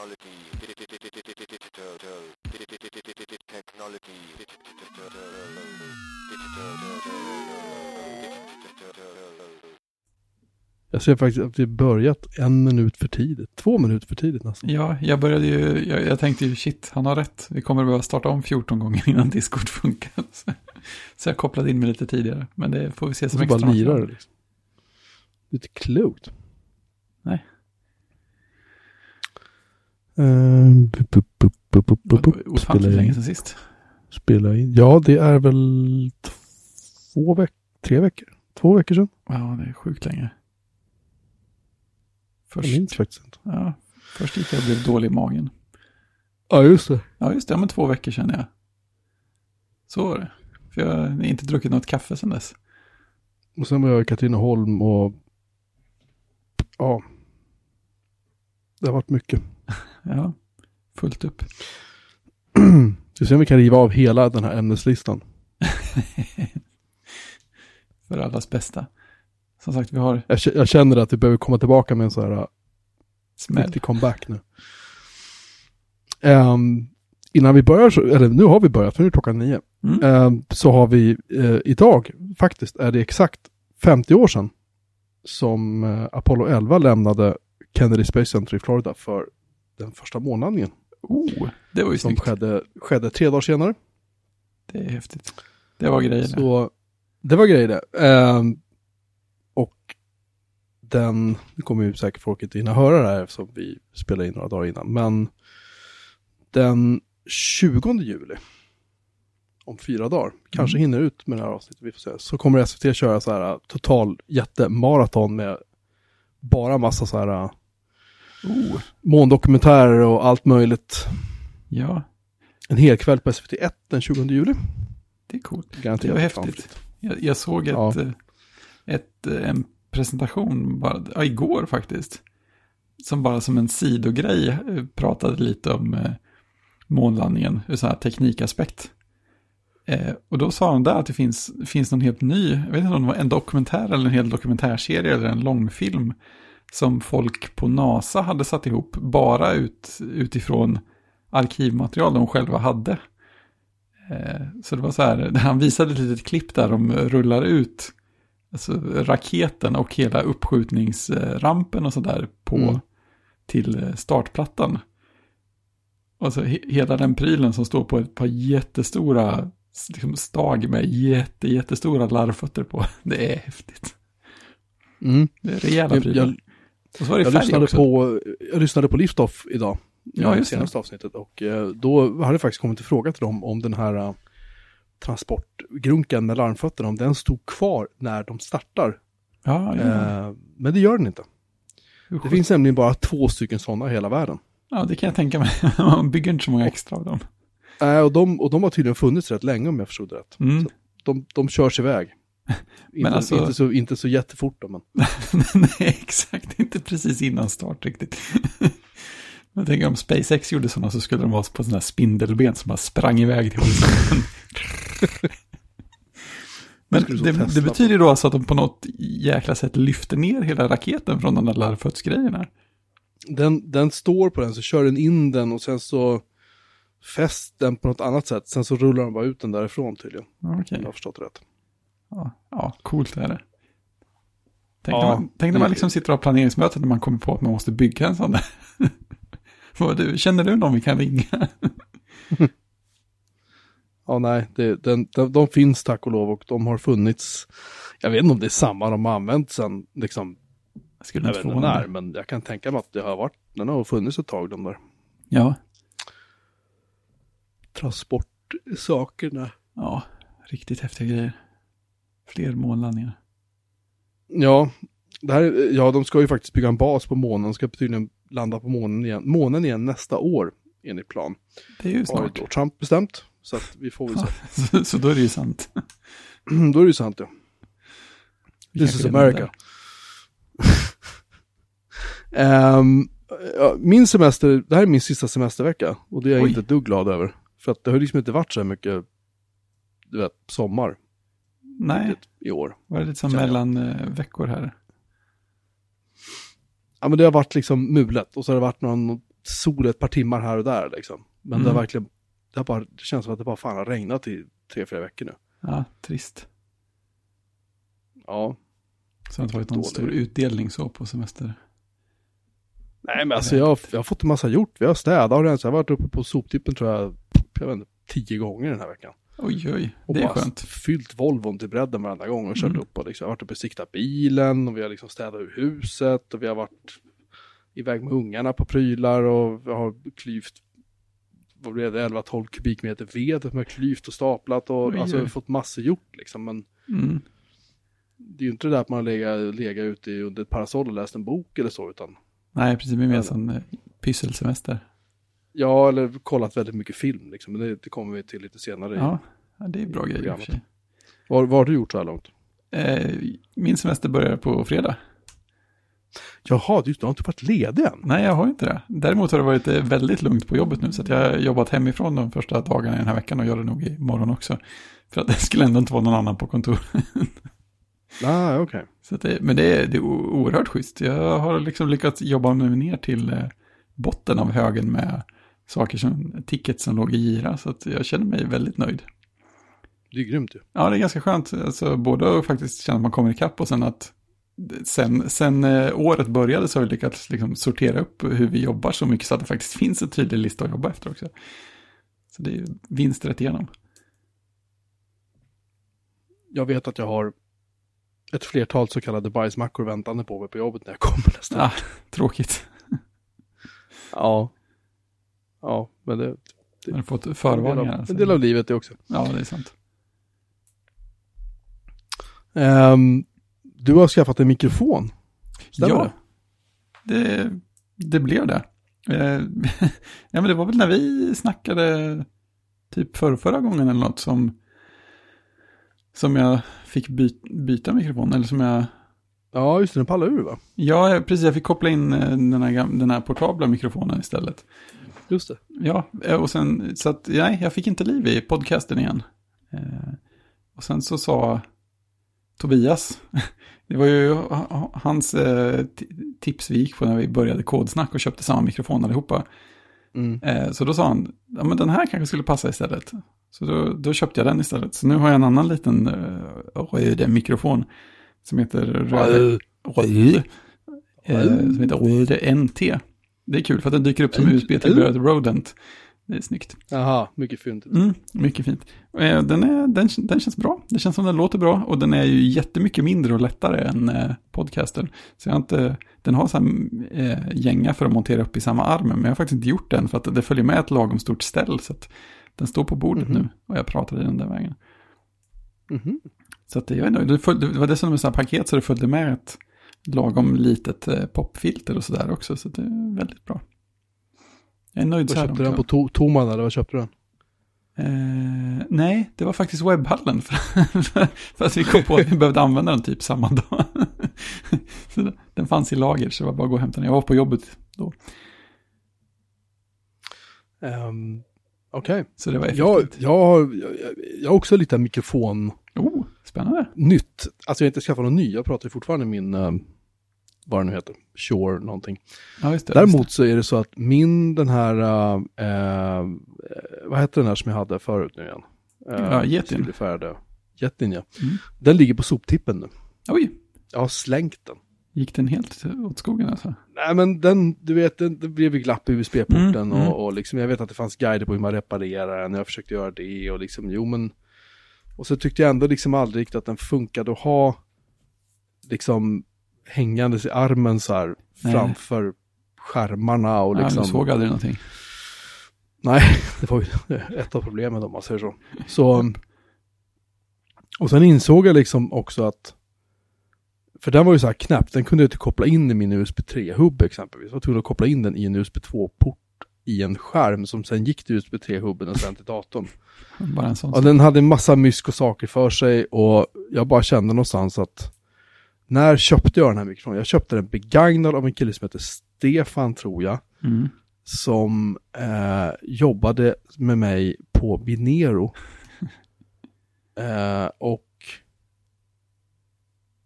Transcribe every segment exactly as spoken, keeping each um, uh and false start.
Jag ser faktiskt att vi börjat en minut för tidigt. Två minuter för tidigt nästan. Ja, jag började ju, jag, jag tänkte ju shit, han har rätt. Vi kommer att behöva starta om fjorton gånger innan Discord funkar. Så jag kopplade in mig lite tidigare. Men det får vi se som extra. Bara lirar liksom. Lite klokt. Nej. Um, Ofantligt länge sedan sist. Spela in. Ja, det är väl två veckor, tre veckor. Två veckor sedan. Ja, det är sjukt länge. Först, jag minns faktiskt inte. Ja, först gick jag och blev dålig i magen. Ja, just det. Ja, just det. Ja, men två veckor känner jag. Så var det. För jag har inte druckit något kaffe sedan dess. Och sen var jag i Katrineholm och ja, det har varit mycket. Ja, fullt upp. Vi ser om vi kan riva av hela den här ämneslistan. För allas bästa. Som sagt, vi har... Jag, jag känner att vi behöver komma tillbaka med en sån här smäll. Riktig comeback nu. Um, innan vi börjar, så, eller nu har vi börjat, för nu är klockan nio. Mm. Um, så har vi uh, idag, faktiskt är det exakt femtio år sedan som uh, Apollo elva lämnade Kennedy Space Center i Florida för den första månlandningen. Oh, det var ju som snyggt. skedde, skedde tre dagar senare. Det är häftigt. Det var grejer. Så det var grejer det. Um, och den, nu kommer ju säkert folk inte hinna höra det här eftersom vi spelade in några dagar innan. Men den tjugonde juli, om fyra dagar, kanske mm. hinner ut med det här avsnittet, vi får se. Så kommer S V T köra så här total jättemaraton med bara massa så här oh. måndokumentärer och allt möjligt. Ja. En hel kväll på S V T ett den tjugonde juli. Det är coolt. Garanterat. Det var häftigt. Jag, jag såg ett, ja. ett, en presentation bara, ja, igår faktiskt. Som bara som en sidogrej pratade lite om eh, månlandningen ur så här teknikaspekt. Eh, och då sa de där att det finns, finns någon helt ny, jag vet inte om det var en dokumentär eller en hel dokumentärserie eller en långfilm som folk på NASA hade satt ihop bara ut, utifrån arkivmaterial de själva hade. Eh, så det var så här, han visade ett litet klipp där de rullar ut alltså raketen och hela uppskjutningsrampen och så där på mm. till startplattan. Och så he- hela den prylen som står på ett par jättestora liksom stag med jätte, jättestora larvfötter på. Det är häftigt. Mm. Det är rejäla prylar. Jag, och så var det jag, lyssnade på, jag lyssnade på Liftoff idag. Ja, just senaste det. avsnittet. Och eh, då hade det faktiskt kommit till fråga till dem om den här uh, transportgrunkan med larmfötterna, om den stod kvar när de startar. Ja, ja. Eh, men det gör den inte. Usch. Det finns nämligen bara två stycken sådana i hela världen. Ja, det kan jag tänka mig. Man bygger inte så många extra av dem. Nej, äh, och, de, och de har tydligen funnits rätt länge om jag förstod det rätt. Mm. Så de, de körs iväg. Men inte, alltså... inte, så, inte så jättefort då, men... Nej, exakt. Inte precis innan start riktigt. Jag tänker om SpaceX gjorde sådana så skulle de vara på sådana här spindelben som bara sprang iväg till horisonten. Men det, det betyder ju då alltså att de på något jäkla sätt lyfter ner hela raketen från de där larvfötsgrejerna. Den, den står på den, så kör den in den och sen så fäst den på något annat sätt. Sen så rullar de bara ut den därifrån tydligen. Okej. Okay. Jag har förstått rätt. Ja, ja, coolt är det. Tänk, ja, när man, tänk när man liksom sitter och har planeringsmöten när man kommer på att man måste bygga en sån där. Du, känner du någon vi kan ringa? Ja, nej. Det, den, de, de finns tack och lov och de har funnits. Jag vet inte om det är samma de har använt sen liksom. Jag skulle inte få när, men jag kan tänka mig att det har varit, den har funnits ett tag de där. Ja. Transportsakerna. Ja, riktigt häftiga grejer. Fler månlandningar. Ja, det här, ja, de ska ju faktiskt bygga en bas på månen. De ska tydligen landa på månen igen, månen igen nästa år enligt plan. Det är ju snart. Har Trump bestämt, så att vi får väl se. så, så då är det ju sant. Då är det ju sant, ja. This is America. um, ja, min semester, det här är min sista semestervecka och det är jag Oj. inte ett dugg glad över. För att det har liksom inte varit så mycket, du vet, sommar. Nej. I år. Var det lite som mellan uh, veckor här? Ja, men det har varit liksom mulet och så har det varit någon sol ett par timmar här och där liksom. Men mm. det har verkligen, det, har bara, det känns som att det bara fan har regnat i tre, fyra veckor nu. Ja, trist. Ja. Så det har inte varit någon dålig. Stor utdelning så på semester. Nej, men alltså jag, jag har fått en massa gjort. Vi har städat och rensat. Jag har varit uppe på soptippen tror jag, jag vet inte, tio gånger den här veckan. Oj, oj, och det är skönt. Fyllt Volvon till bredden varenda gång och kört mm. upp och liksom, jag har varit uppe och siktat bilen och vi har liksom städat ur huset och vi har varit iväg med ungarna på prylar och vi har klyvt vad blev det, elva tolv kubikmeter ved som har klyvt och staplat och oj, alltså oj. Fått massor gjort liksom, men mm. det är ju inte det där att man har legat, legat ute under ett parasoll och läst en bok eller så, utan nej, precis, det är mer som eh, pysselsemester. Ja, eller kollat väldigt mycket film liksom, men det, det kommer vi till lite senare. Ja, i, det är bra grejer i och för sig. Vad, vad har du gjort så här långt? Eh, min semester börjar på fredag. Jaha, du har inte varit ledig än? Nej, jag har inte det. Däremot har det varit väldigt lugnt på jobbet nu, så att jag har jobbat hemifrån de första dagarna i den här veckan och gör det nog imorgon också. För att det skulle ändå inte vara någon annan på kontor. Ah, okej. Okay. Men det är, det är oerhört schysst. Jag har liksom lyckats jobba mig ner till eh, botten av högen med saker som tickets som låg i gira, så att jag känner mig väldigt nöjd. Det är grymt ju. Ja, det är ganska skönt. Alltså, både att faktiskt känna att man kommer ikapp och sen att sen, sen eh, året började så har vi lyckats liksom sortera upp hur vi jobbar så mycket så att det faktiskt finns en tydlig lista att jobba efter också. Så det är ju vinst rätt igenom. Jag vet att jag har ett flertal så kallade bajsmackor väntande på mig på jobbet när jag kommer nästan. Ja, tråkigt. Ja. Ja, men det... det har du fått förvarningar? En del, av, alltså. en del av livet det också. Ja, det är sant. Um, du har skaffat en mikrofon. Stämmer ja, det? det? Det blev det. Eh, ja, men det var väl när vi snackade typ för förra gången eller något som som jag fick by, byta mikrofon, eller som jag... Ja, just det, den pallar ur va? Ja, precis, jag fick koppla in den här, den här portabla mikrofonen istället. Just det. Ja, och sen, så att, nej, jag fick inte liv i podcasten igen. Eh, och sen så sa Tobias, det var ju hans eh, tips vi gick på när vi började kodsnack och köpte samma mikrofon allihopa. Mm. Eh, så då sa han, ja men den här kanske skulle passa istället. Så då, då köpte jag den istället. Så nu har jag en annan liten uh, mikrofon som heter Röde, Röde, eh, som heter Röde N T. Det är kul för att den dyker upp som U S B till Röde Rodent. Det är snyggt. Jaha, mycket fint. Mm, mycket fint. Eh, den, är, den, den känns bra. Det känns som den låter bra. Och den är ju jättemycket mindre och lättare än eh, podcasten. Så jag har inte, den har så här, eh, gänga för att montera upp i samma arm. Men jag har faktiskt inte gjort den för att det följer med ett lagom stort ställ. Så att den står på bordet mm-hmm. nu och jag pratar i den där vägen. Mm-hmm. Så att jag är nöjd. Det, följde, det var dessutom ett sådant paket så det följde med ett lagom litet eh, popfilter och sådär också. Så det är väldigt bra. Jag är nöjd. Vad köpte du den på to- Toman eller vad köpte du den? Eh, nej, det var faktiskt webbhallen för, för, för att vi kom på att vi behövde använda den typ samma dag. Så den fanns i lager så det var bara att gå och hämta den. Jag var på jobbet då. Um, Okej. Okay. Så det var effektivt. Jag, jag, har, jag, jag har också lite mikrofon. Oh, spännande. Nytt. Alltså jag har inte skaffat någon ny. Jag pratar fortfarande min... Um, vad det nu heter, Shure någonting. Ja, just det, Däremot just det. så är det så att min den här, äh, vad heter den här som jag hade förut nu igen? Äh, ja, Yetin. Yetin, ja. Mm. Den ligger på soptippen nu. Oj. Jag har slängt den. Gick den helt åt skogen alltså? Nej, men den, du vet, den, det blev glapp i U S B-porten mm, och, mm. och liksom, jag vet att det fanns guider på hur man reparerar den. Jag försökte göra det och liksom, jo men, och så tyckte jag ändå liksom aldrig riktigt att den funkade att ha liksom hängandes i armen så här Nej. framför skärmarna och liksom. Ja, du såg aldrig någonting. Nej, det var ju ett av problemen om man säger så. Så och sen insåg jag liksom också att för den var ju så här knäppt, den kunde jag inte koppla in i min U S B tre-hubb exempelvis. Jag var tvungen att koppla in den i en U S B två-port i en skärm som sen gick till U S B tre-hubben och sen till datorn. Bara en sån och den hade en massa mysk och saker för sig och jag bara kände någonstans att när köpte jag den här mikrofonen? Jag köpte den begagnad av en kille som heter Stefan, tror jag. Mm. Som eh, jobbade med mig på Binero. eh, och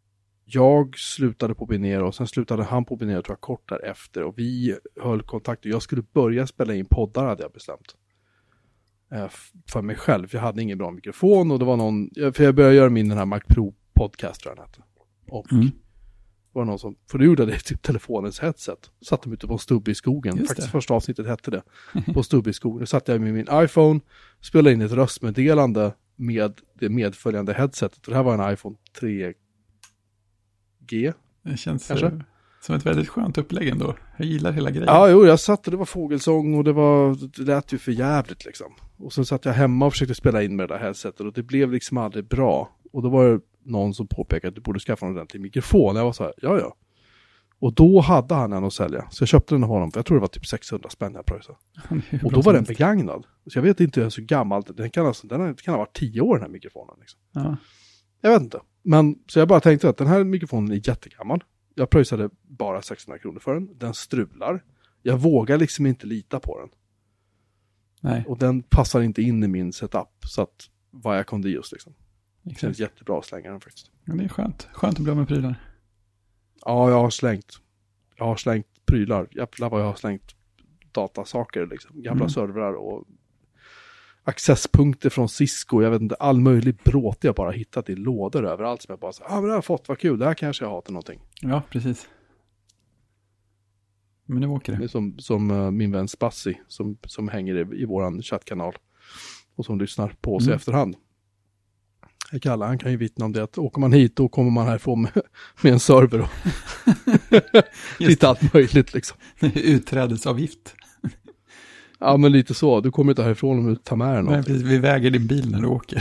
jag slutade på Binero och sen slutade han på Binero tror jag kort därefter. Och vi höll kontakt och jag skulle börja spela in poddar hade jag bestämt. Eh, för mig själv. Jag hade ingen bra mikrofon och det var någon, för jag började göra min den här Mac Pro podcast tror jag den hette. Och mm. var någon som, för du gjorde det typ telefonens headset. Satt de ute på en stubbe i skogen. Just Faktiskt det. Första avsnittet hette det. På stubbe i skogen. Då satt jag med min iPhone, spelade in ett röstmeddelande med det medföljande headsetet. Och det här var en iPhone tre G. Det känns kanske? Som ett väldigt skönt upplägg ändå. Jag gillar hela grejen. Ja, jo, jag satt och det var fågelsång och det var, det lät ju för jävligt liksom. Och sen satt jag hemma och försökte spela in med det där headsetet och det blev liksom aldrig bra. Och då var det någon som påpekade att du borde skaffa en ordentlig mikrofon. Jag var så här, ja ja. Och då hade han en att sälja. Så jag köpte den av honom, för jag tror det var typ sexhundra spänn jag pröjsade. Och då var den begagnad. Så jag vet inte hur så gammal. Den kan, alltså, den kan ha varit tio år den här mikrofonen. Liksom. Ja. Jag vet inte. Men så jag bara tänkte att den här mikrofonen är jättegammal. Jag pröjsade bara sexhundra kronor för den. Den strular. Jag vågar liksom inte lita på den. Nej. Och den passar inte in i min setup. Så att vad jag kunde just liksom. Det känns jättebra att slänga den faktiskt. Ja, det är skönt. Skönt att bli av med prylar. Ja, jag har slängt. Jag har slängt prylar. Jävlar vad jag har slängt datasaker liksom. Gamla mm. servrar och accesspunkter från Cisco. Jag vet inte, all möjlig bråte jag bara hittat i lådor överallt som jag bara så, ah men det har jag fått, vad kul. Det här kanske jag har till någonting. Ja, precis. Men nu åker det. Det är som, som uh, min vän Spassi som, som hänger i, i våran chattkanal och som lyssnar på oss mm. i efterhand. Jag kallar, han kan ju vittna om det att åker man hit då kommer man härifrån med, med en server och lite allt möjligt liksom. Utträdesavgift. Ja men lite så, du kommer inte härifrån om du tar med dig något. Nej, precis, vi väger din bil när du åker.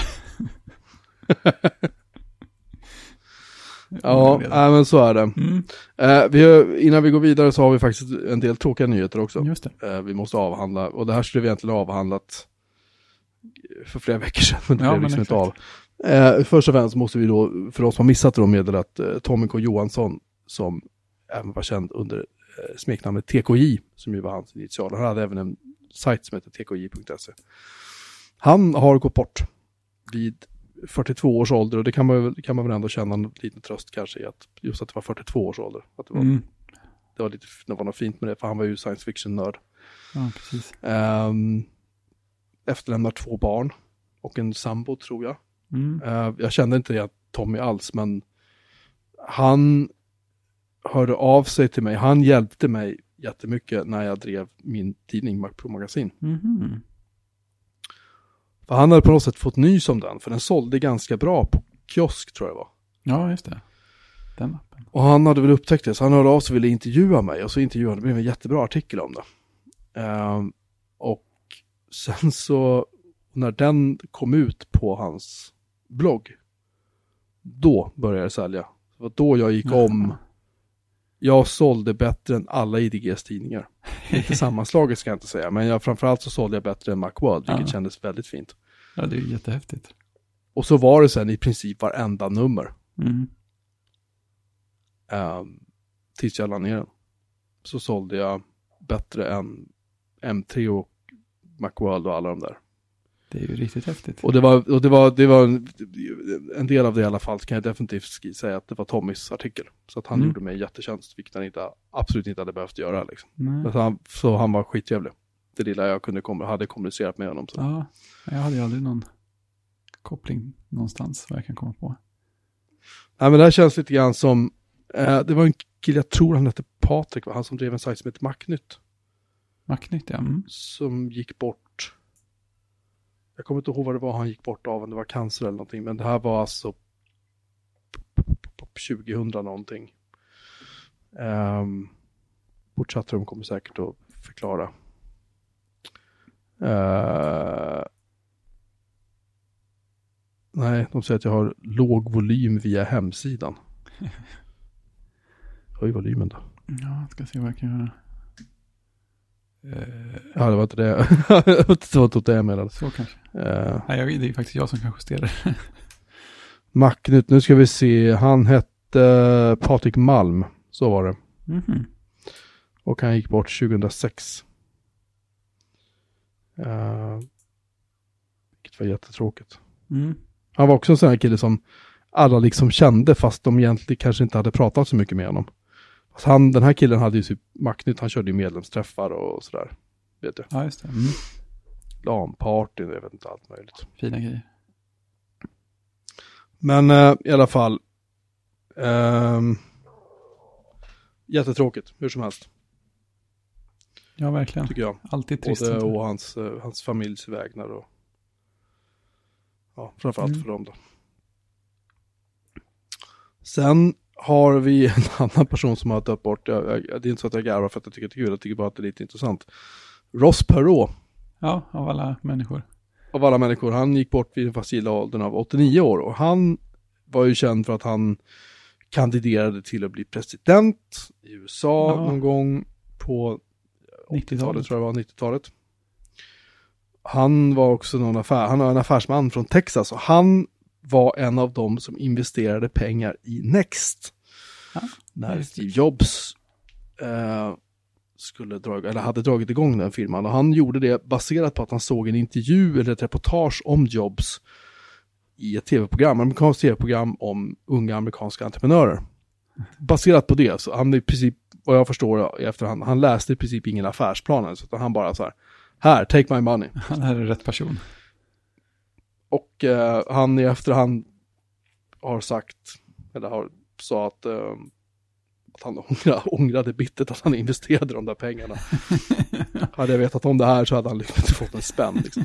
Ja, nej, men så är det. Mm. Eh, vi har, innan vi går vidare så har vi faktiskt en del tråkiga nyheter också. Just det. Eh, vi måste avhandla, och det här skulle vi egentligen ha avhandlat för flera veckor sedan, men det ja, blev liksom inte av. Eh, först och främst måste vi då, för oss som har missat det, meddela att eh, Tommy K. Johansson, som även var känd under eh, smeknamnet T K J, som ju var hans initial, han hade även en sajt som heter t k j punkt s e. Han har gått bort vid fyrtiotvå års ålder, och det kan man, kan man väl ändå känna en liten tröst kanske i att just att det var fyrtiotvå års ålder. Att det, var, mm. det, var lite, det var något fint med det, för han var ju science fiction-nörd. Ja, precis. Um, efterlämnar två barn och en sambo tror jag. Mm. Uh, jag kände inte det Tommy alls, men han hörde av sig till mig. Han hjälpte mig jättemycket när jag drev min tidning Mac Pro Magasin. Mm. För han hade på något sätt fått nys om den, för den sålde ganska bra på kiosk tror jag det var. Ja, just det. Den appen. Och han hade väl upptäckt det, så han hörde av sig och ville intervjua mig, och så intervjuade det blev en jättebra artikel om det. Uh, och sen så när den kom ut på hans blogg, då började jag sälja. Det var då jag gick mm. om. Jag sålde bättre än alla I D G:s tidningar. Inte sammanslaget ska jag inte säga, men jag, framförallt så sålde jag bättre än Macworld, vilket ja. kändes väldigt fint. Ja, det är ju jättehäftigt. Och så var det sen i princip varenda nummer. Mm. Um, tills jag la ner den. Så sålde jag bättre än M tre och Macworld och alla de där. Det är ju riktigt häftigt. Och det var, och det var, det var en, en del av det i alla fall, så kan jag definitivt säga att det var Tommys artikel. Så att han mm. gjorde mig jättetjänst, vilket han inte, absolut inte hade behövt göra. Liksom. Men så, han, så han var skitjävlig. Det lilla jag kunde kom, hade kommunicerat med honom. Så. Ja, jag hade ju aldrig någon koppling någonstans vad jag kan komma på. Nej, men det här känns lite grann som, eh, det var en kille, jag tror han hette Patrik, han som drev en sajt som heter Macnytt. Macnytt, ja. Mm. Som gick bort. Jag kommer inte ihåg vad det var han gick bort av, om det var cancer eller någonting. Men det här var alltså tjugohundra någonting. Um, vårt chattrum kommer säkert att förklara. Uh, nej, de säger att jag har låg volym via hemsidan. Höj volymen då. Ja, jag ska se vad jag kan göra. Uh, ja, det var inte det. Det var inte det jag menade. Så kanske. Uh, Nej, det är ju faktiskt jag som kan justera. Macnytt, nu ska vi se. Han hette Patrik Malm. Så var det. Mm-hmm. Och han gick bort tjugohundrasex. Uh, vilket var jättetråkigt. Mm. Han var också en sån här kille som alla liksom kände, fast de egentligen kanske inte hade pratat så mycket med honom. Fast han, den här killen hade ju typ Macknytt, han körde ju medlemsträffar och sådär. Vet du. Ja, just det. Mm. LAN-party, jag vet inte, allt möjligt. Fina grejer. Men äh, i alla fall äh, jättetråkigt, hur som helst. Ja, verkligen. Tycker jag. Alltid trist. Både och hans, uh, hans familjs vägnar och ja, framförallt mm. för dem då. Sen har vi en annan person som har dött bort. Jag, jag, det är inte så att jag garvar för att jag tycker det är kul. Jag tycker bara att det är lite intressant. Ross Perot. Ja, av alla människor. Av alla människor. Han gick bort vid den facila åldern av åttionio år. Och han var ju känd för att han kandiderade till att bli president i U S A ja. någon gång på nittiotalet tror jag var, nittiotalet. Han var också någon affär, han var en affärsman från Texas och han var en av dem som investerade pengar i Next. Ja, när Steve Jobs eh, skulle dra, eller hade dragit igång den firman. Och han gjorde det baserat på att han såg en intervju eller ett reportage om Jobs i ett tv-program, ett amerikanskt tv-program om unga amerikanska entreprenörer. Baserat på det, så han i princip, vad jag förstår i efterhand, han läste i princip ingen affärsplan, så han bara så här, här, take my money. Han är rätt person. Och eh, han i efterhand har sagt, eller har sa att, eh, att han ångrade, ångrade bittert att han investerade de där pengarna. Hade jag vetat om det här så hade han liksom inte fått en spänn. Liksom.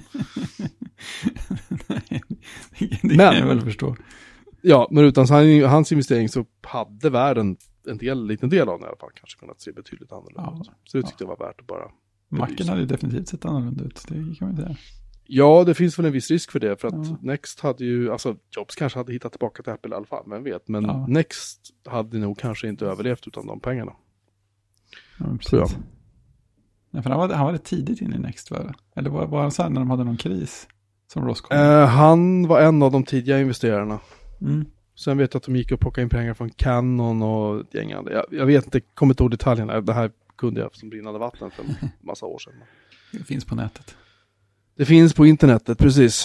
Nej, det kan jag väl förstå. Ja, men utan han, hans investering så hade världen en del, liten del av den i alla fall kanske kunnat se betydligt annorlunda ut. Ja, så det tyckte ja. jag var värt att bara Macken hade ju definitivt sett annorlunda ut, det kan man inte säga. Ja, det finns väl en viss risk för det, för att ja. Next hade ju, alltså Jobs kanske hade hittat tillbaka till Apple i alla fall, men vet, men ja. Next hade nog kanske inte överlevt utan de pengarna. Ja, precis. Ja, för han var, han var rätt tidigt in i Next, var det? Eller var, var han så här när de hade någon kris som Ross kom? Uh, han var en av de tidiga investerarna. Mm. Sen vet jag att de gick och plockade in pengar från Canon och gängande. Jag, jag vet inte, kommer inte ihåg detaljerna. Det här kunde jag som brinnande vatten för en massa år sedan. Det finns på nätet. Det finns på internetet, precis.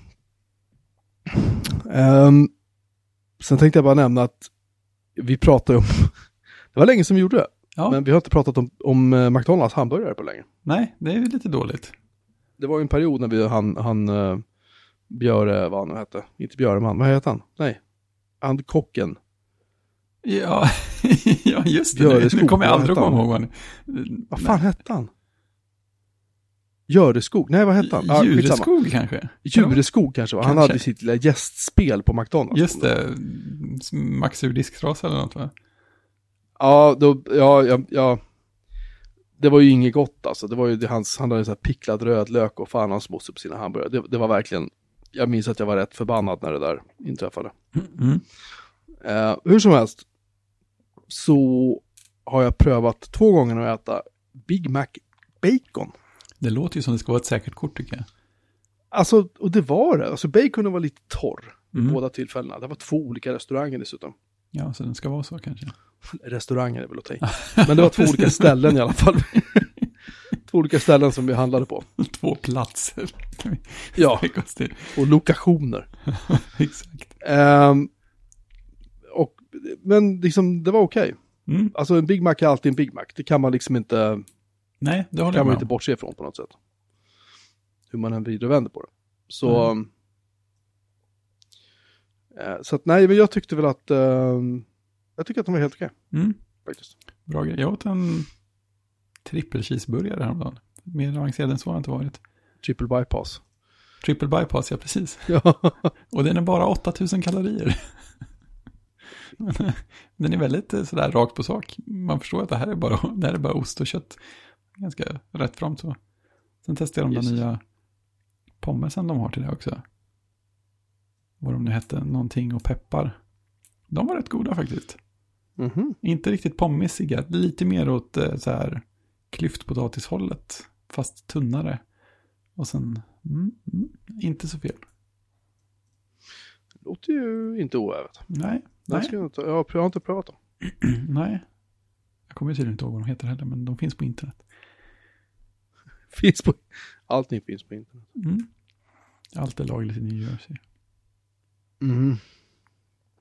Um, sen tänkte jag bara nämna att vi pratade om, det var länge som vi gjorde det. Ja. Men vi har inte pratat om, om McDonalds hamburgare på länge. Nej, det är ju lite dåligt. Det var ju en period när vi, han, han uh, Björe, vad han nu hette. Inte Björeman, vad heter han? Nej. Han kocken. Ja, ja just det. Björeskog, nu kommer jag aldrig ihåg vad han. Vad fan hette han? Göreskog? Nej, vad hette han? Ah, Djureskog skitsamma. kanske? Djureskog kanske var. Han kanske. hade sitt lilla gästspel på McDonalds. Just det. Max ur disktrasa eller något, va? Ja, då, ja, ja, ja. Det var ju inget gott alltså. Det var ju det, hans, han hade så här picklad rödlök och fan hans mosse på sina hamburgare. Det, det var verkligen, jag minns att jag var rätt förbannad när det där inträffade. Mm. Uh, hur som helst så har jag prövat två gånger att äta Big Mac Bacon. Det låter ju som det ska vara ett säkert kort tycker jag. Alltså, och det var det. Alltså baconen var lite torr i mm. båda tillfällena. Det var två olika restauranger dessutom. Ja, så den ska vara så kanske. Restauranger är väl okej. Men det var två olika ställen i alla fall. Två olika ställen som vi handlade på. Två platser. Ja, och lokationer. Exakt. Um, och, men liksom, det var okej. Okay. Mm. Alltså en Big Mac är alltid en Big Mac. Det kan man liksom inte... Nej, det håller kan jag man med inte bortse ifrån på något sätt. Hur man än vrider och vänder på det. Så, mm. eh, så att nej, men jag tyckte väl att eh, jag tycker att de var helt okej. Mm. Faktiskt. Bra grej. Jag åt en trippel cheeseburgare häromdagen. Mer avancerad än så har det inte varit. Triple bypass. Triple bypass, ja precis. Ja. Och den är bara åtta tusen kalorier. Den är väldigt sådär rakt på sak. Man förstår att det här är bara, det här är bara ost och kött. Ganska rätt fram så. Sen testade jag de där nya pommesen de har till det också. Vad de nu hette, någonting och peppar. De var rätt goda faktiskt. Mm-hmm. Inte riktigt pommesiga, lite mer åt så här klyftpotatishållet, fast tunnare. Och sen, mm, mm, inte så fel. Det låter ju inte oävet. Nej. nej. Ska jag, inte, jag har inte prövat dem. Nej. Jag kommer tydligen inte ihåg vad de heter heller, men de finns på internet. Finns på, allting finns på internet. Mm. Allt är lagligt i New Jersey. Mm.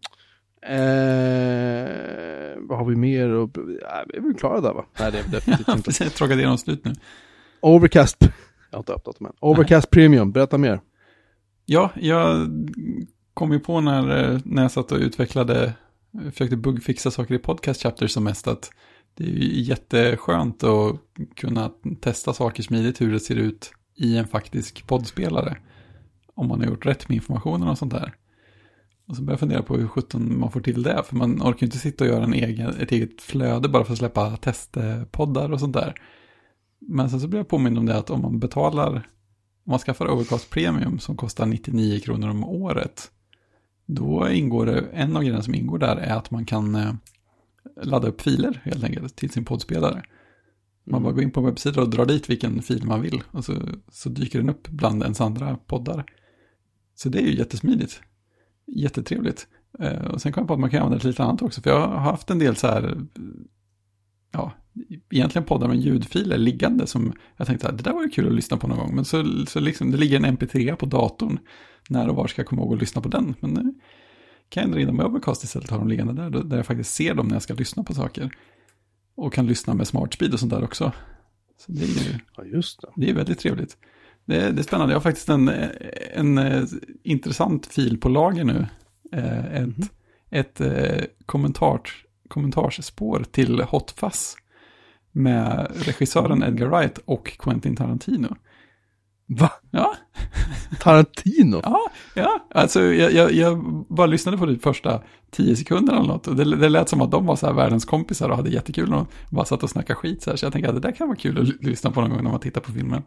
Eh, vad har vi mer? Och, nej, vi är väl klara där va? Nej, det är definitivt inte. Jag tror att det är någon slut nu. Overcast. Jag har inte öppnat dem än. Overcast nej. Premium, berätta mer. Ja, jag kom ju på när, när jag satt och utvecklade, försökte bugfixa saker i podcast chapters som mest att det är ju jätteskönt att kunna testa saker smidigt hur det ser ut i en faktisk poddspelare. Om man har gjort rätt med informationen och sånt där. Och så börjar jag fundera på hur sjutton man får till det. För man orkar ju inte sitta och göra en egen, ett eget flöde bara för att släppa testpoddar och sånt där. Men sen så blir jag påmind om det att om man betalar, om man skaffar Overcast Premium som kostar nittionio kronor om året. Då ingår det, en av grejerna som ingår där är att man kan eh, ladda upp filer helt enkelt till sin poddspelare. Man bara går in på en webbsida och drar dit vilken fil man vill. Och så, så dyker den upp bland ens andra poddar. Så det är ju jättesmidigt. Jättetrevligt. Eh, och sen kom jag på att man kan använda det till lite annat också. För jag har haft en del så här, ja, egentligen poddar med ljudfiler liggande som jag tänkte att det där var ju kul att lyssna på någon gång. Men så, så liksom, det ligger en M P tre på datorn. När och var ska jag komma ihåg att lyssna på den. Men nu kan jag ändra in dem med Overcast istället, ha dem liggande där. Där jag faktiskt ser dem när jag ska lyssna på saker. Och kan lyssna med smart speed och sånt där också. Så det är ju, ja, just det. Det är väldigt trevligt. Det är, det är spännande. Jag har faktiskt en, en, en intressant fil på lager nu. Eh, ett mm-hmm. ett eh, kommentars, kommentarsspår till Hot Fuzz med regissören Edgar Wright och Quentin Tarantino. Va? Ja. Tarantino? Ja, ja. Alltså jag, jag, jag bara lyssnade på det första tio sekunder eller något. Och det, det lät som att de var så här världens kompisar och hade jättekul och bara satt och snackade skit så här. Så jag tänkte att det där kan vara kul att lyssna på någon gång när man tittar på filmen.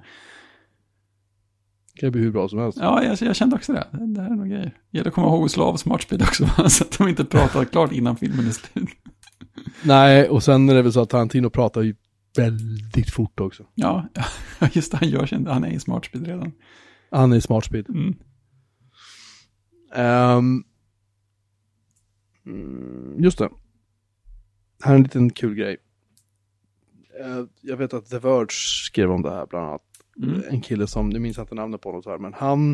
Det kan bli hur bra som helst. Ja, jag, jag kände också det. Det här är nog grejer. Det gäller att komma ihåg att slå av smart speed också. Så att de inte pratar klart innan filmen är slut. Nej, och sen är det väl så att Tarantino pratar ju väldigt fort också. Ja, just det. Han gör sig, han är i smart speed redan. Han är i smart speed. Mm. Um, just det. Här är en liten kul grej. Uh, jag vet att The Verge skrev om det här bland annat. Mm. En kille som, nu minns jag inte namnet på något här, men han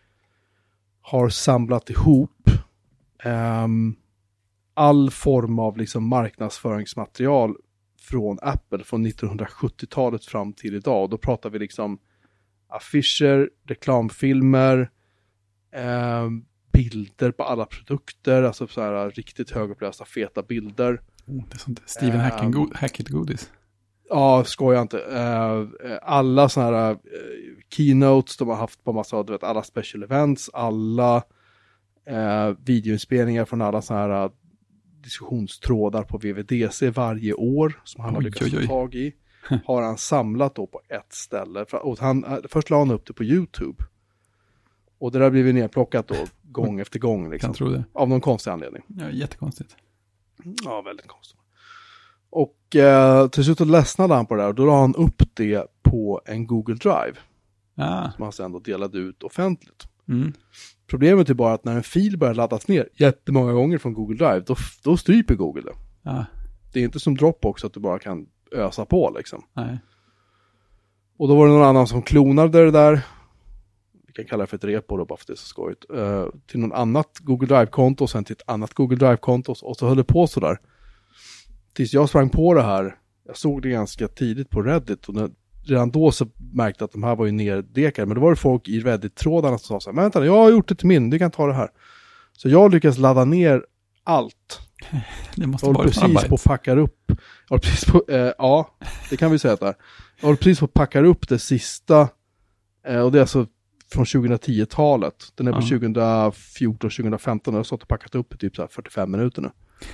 har samlat ihop um, all form av liksom marknadsföringsmaterial från Apple från nittonhundrasjuttiotalet fram till idag. Då pratar vi liksom affischer, reklamfilmer, eh, bilder på alla produkter, alltså så här riktigt högupplösta feta bilder. Oh, det är sånt Stephen eh, Hackett-godis. Ja, skojar inte. Eh, alla såna här eh, keynotes de har haft på massa, du vet, alla special events, alla eh, videoinspelningar från alla såna här diskussionstrådar på W W D C varje år som han oj, har lyckats få tag i. Har han samlat då på ett ställe. Och han, först la han upp det på YouTube. Och det där blev nedplockat då gång efter gång. Liksom, kan tro det. Av någon konstig anledning. Ja, jättekonstigt. Ja, väldigt konstigt. Och eh, till slut ledsnade han på det där. Och då la han upp det på en Google Drive. Ah. Som han sedan då delade ut offentligt. Mm. Problemet är bara att när en fil börjar laddas ner jättemånga gånger från Google Drive, då, då stryper Google det. Ah. Det är inte som Dropbox att du bara kan ösa på liksom. Nej. Och då var det någon annan som klonade det där. Vi kan kalla det för ett repo då, bara för det är så skojigt. Uh, till någon annat Google Drive-konto och sen till ett annat Google Drive-konto. Och så höll det på sådär. Tills jag sprang på det här. Jag såg det ganska tidigt på Reddit. Och när, redan då så märkte jag att de här var ju neddekade. Men då var det folk i Reddit-trådarna som sa så här: men vänta, jag har gjort det till min, du kan ta det här. Så jag lyckas ladda ner allt. Det måste jag håller precis på att packa upp. Jag håller precis på, eh, ja, det kan vi säga där. Jag håller precis på att packa upp det sista. Eh, och det är alltså från tjugohundratio-talet. Den är på ja. tjugofjorton tjugofemton. Jag har stått och packat upp i typ så här fyrtiofem minuter nu.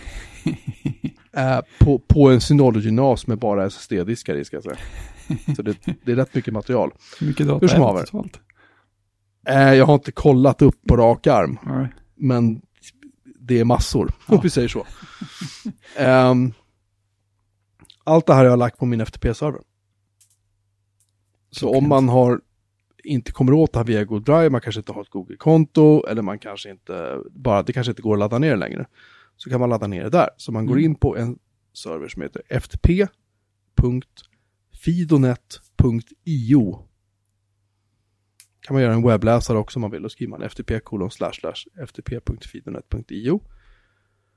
eh, på, på en Synology-nas med bara S S D-diskar i, ska jag säga. Så det, det är rätt mycket material. Mycket data är det totalt? Eh, jag har inte kollat upp på rak arm. Right. Men det är massor, ja. Om vi säger så. um, allt det här har jag lagt på min F T P-server. Så okay. Om man har inte kommer åt det här via Google Drive, man kanske inte har ett Google-konto, eller man kanske inte, bara det kanske inte går att ladda ner längre, så kan man ladda ner det där. Så man mm. går in på en server som heter f t p punkt fidonet punkt i o. Kan man göra en webbläsare också om man vill, och skriver man ftp kolon slash slash ftp punkt fidonet punkt i o.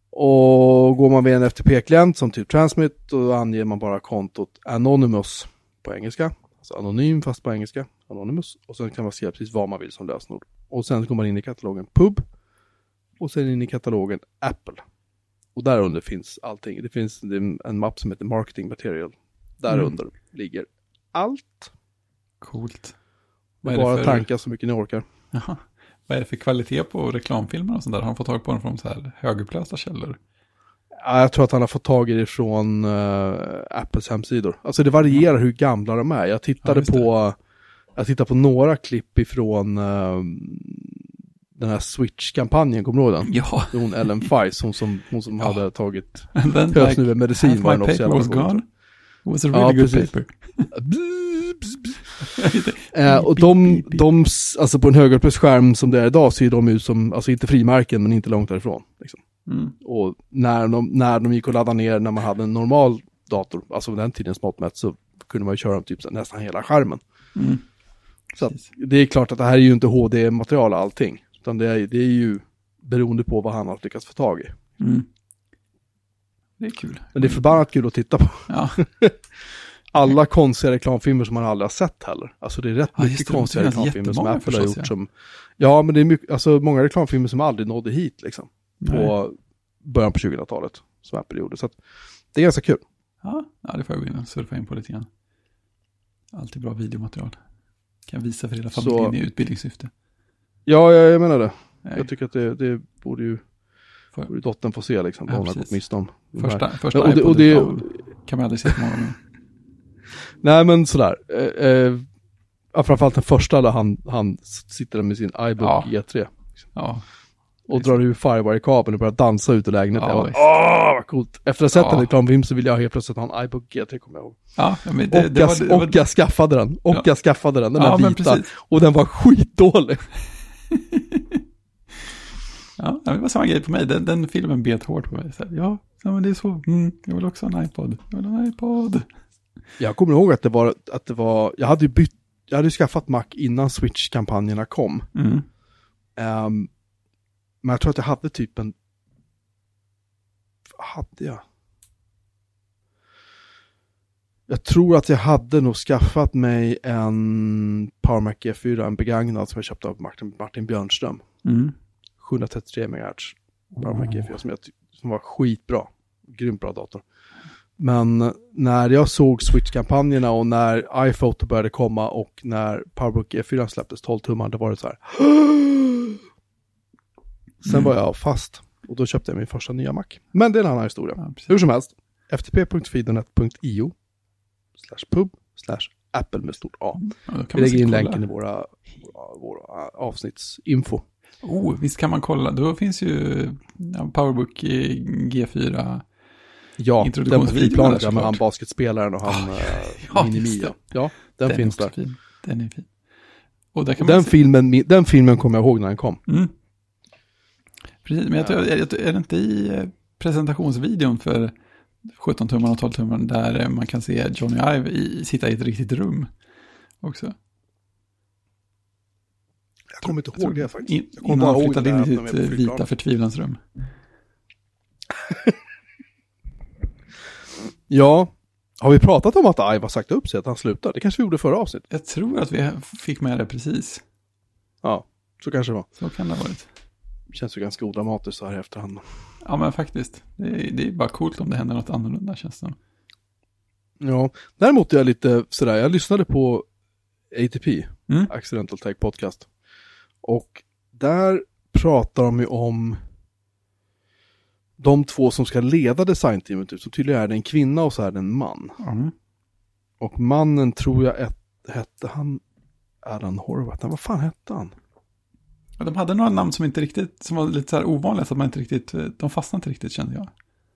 Och går man via en F T P-klient som typ Transmit, då anger man bara kontot Anonymous på engelska. Alltså anonym fast på engelska. Anonymous. Och sen kan man skriva precis vad man vill som lösenord. Och sen går man in i katalogen Pub. Och sen in i katalogen Apple. Och där under finns allting. Det finns en mapp som heter Marketing Material. Där mm. under ligger allt. Coolt. Vad bara för... tanka så mycket ni orkar. Jaha. Vad är det för kvalitet på reklamfilmer och sånt där? Har han fått tag på den från så här högupplösta källor? Ja, jag tror att han har fått tag i det från uh, Apples hemsidor. Alltså det varierar mm. hur gamla de är. Jag tittade ja, på jag tittade på några klipp ifrån uh, den här Switch-kampanjen, kommer du ihåg den? Ja. Hon Ellen Feist, hon som, hon som ja. hade tagit hösnuvudmedicin like, var den officiella was gone. It was a really ja, good precis. paper. eh, och de, de, alltså på en högupplöst-skärm som det är idag ser de ut som, alltså inte frimärken men inte långt därifrån. Liksom. Mm. Och när de, när de gick och laddade ner när man hade en normal dator, alltså den tidens mått mätt, så kunde man ju köra dem typ så, nästan hela skärmen. Mm. Så att, det är klart att det här är ju inte H D-material och allting. Utan det är, det är ju beroende på vad han har lyckats få tag i. Mm. Det är kul. Men det är förbannat kul att titta på. Ja. Alla konstiga reklamfilmer som man aldrig har sett heller. Alltså det är rätt ja, mycket det, konstiga det reklamfilmer som Apple har gjort. Ja. Som, ja, men det är mycket, alltså många reklamfilmer som aldrig nådde hit liksom. Nej. På början på tjugohundratalet som Apple gjorde. Så att det är ganska kul. Ja, ja, det får jag gå in och surfa in på lite grann. Alltid bra videomaterial. Kan visa för hela familjen så, i utbildningssyfte. Ja, jag, jag menar det. Nej. Jag tycker att det, det borde ju för, borde dottern få se liksom. Vad ja, hon har gått miste om. Första, första och det, och det, och det kan man aldrig se på många. Nej, men sådär. Eh, eh, framförallt den första där han, han sitter där med sin iBook ja. G tre. Liksom. Ja. Och drar ur Firewire-kabeln och börjar dansa ut i lägenheten. Ja, åh, vad coolt. Efter att ha sett ja. en reklamfilm så vill jag helt plötsligt ha en iBook G tre, kommer jag ihåg. Ja, men det, och, det jag, var, det var... och jag skaffade den. Och ja. jag skaffade den, den ja, där vita. Och den var skitdålig. Ja, det var samma grej på mig. Den, den filmen bet hårt på mig. Så här, ja, men det är så. Mm, jag vill också ha en iPod. Jag vill ha en iPod. Jag kommer ihåg att det var, att det var jag hade ju bytt, jag hade ju skaffat Mac innan Switch-kampanjerna kom. Mm. Um, men jag tror att jag hade typ en, vad hade jag? Jag tror att jag hade nog skaffat mig en PowerMac G fyra, en begagnad som jag köpte av Martin, Martin Björnström. Mm. sjuhundratrettiotre megahertz PowerMac G fyra som, jag, som var skitbra. Grymt bra dator. Men när jag såg Switch-kampanjerna och när iPhoto började komma och när PowerBook G fyra släpptes tolv tummar, det var det så här. Sen mm. var jag fast och då köpte jag min första nya Mac. Men det är en annan historia. Ja, hur som helst, f t p punkt fidonet punkt i o slash pub slash apple med stort A. Ja, vi lägger in länken i våra, våra, våra avsnittsinfo. Oh, visst kan man kolla. Då finns ju ja, PowerBook G fyra. Ja, den på friplanet med han basketspelaren och han oh, ja, uh, Minimia. Ja, den, den finns där. Fin. Den är fin. Och, där kan och den, filmen, den filmen kommer jag ihåg när den kom. Mm. Precis, men jag tror, är, är det inte i presentationsvideon för sjutton tummar och tolv tummar där man kan se Johnny Ive i, sitta i ett riktigt rum också? Jag kommer inte ihåg det faktiskt. In, jag innan han flyttade in i sitt vita förtvivlansrum. Ja, har vi pratat om att Ive har sagt upp sig, att han slutar? Det kanske vi gjorde förra avsnittet. Jag tror att vi fick med det precis. Ja, så kanske det var. Så kan det ha varit. Det känns ju ganska odramatiskt så här i efterhand. Ja, men faktiskt. Det är, det är bara coolt om det händer något annorlunda, känns det. Ja, däremot är jag lite sådär, jag lyssnade på A T P, mm. Accidental Tech Podcast. Och där pratar de ju om de två som ska leda designteamet ut. Så tydligen är det en kvinna och så är det en man. Mm. Och mannen tror jag ett, hette han Alan Horvath. Vad fan hette han? Ja, de hade några namn som inte riktigt, som var lite så här ovanliga så att man inte riktigt, de fastnade inte riktigt, kände jag.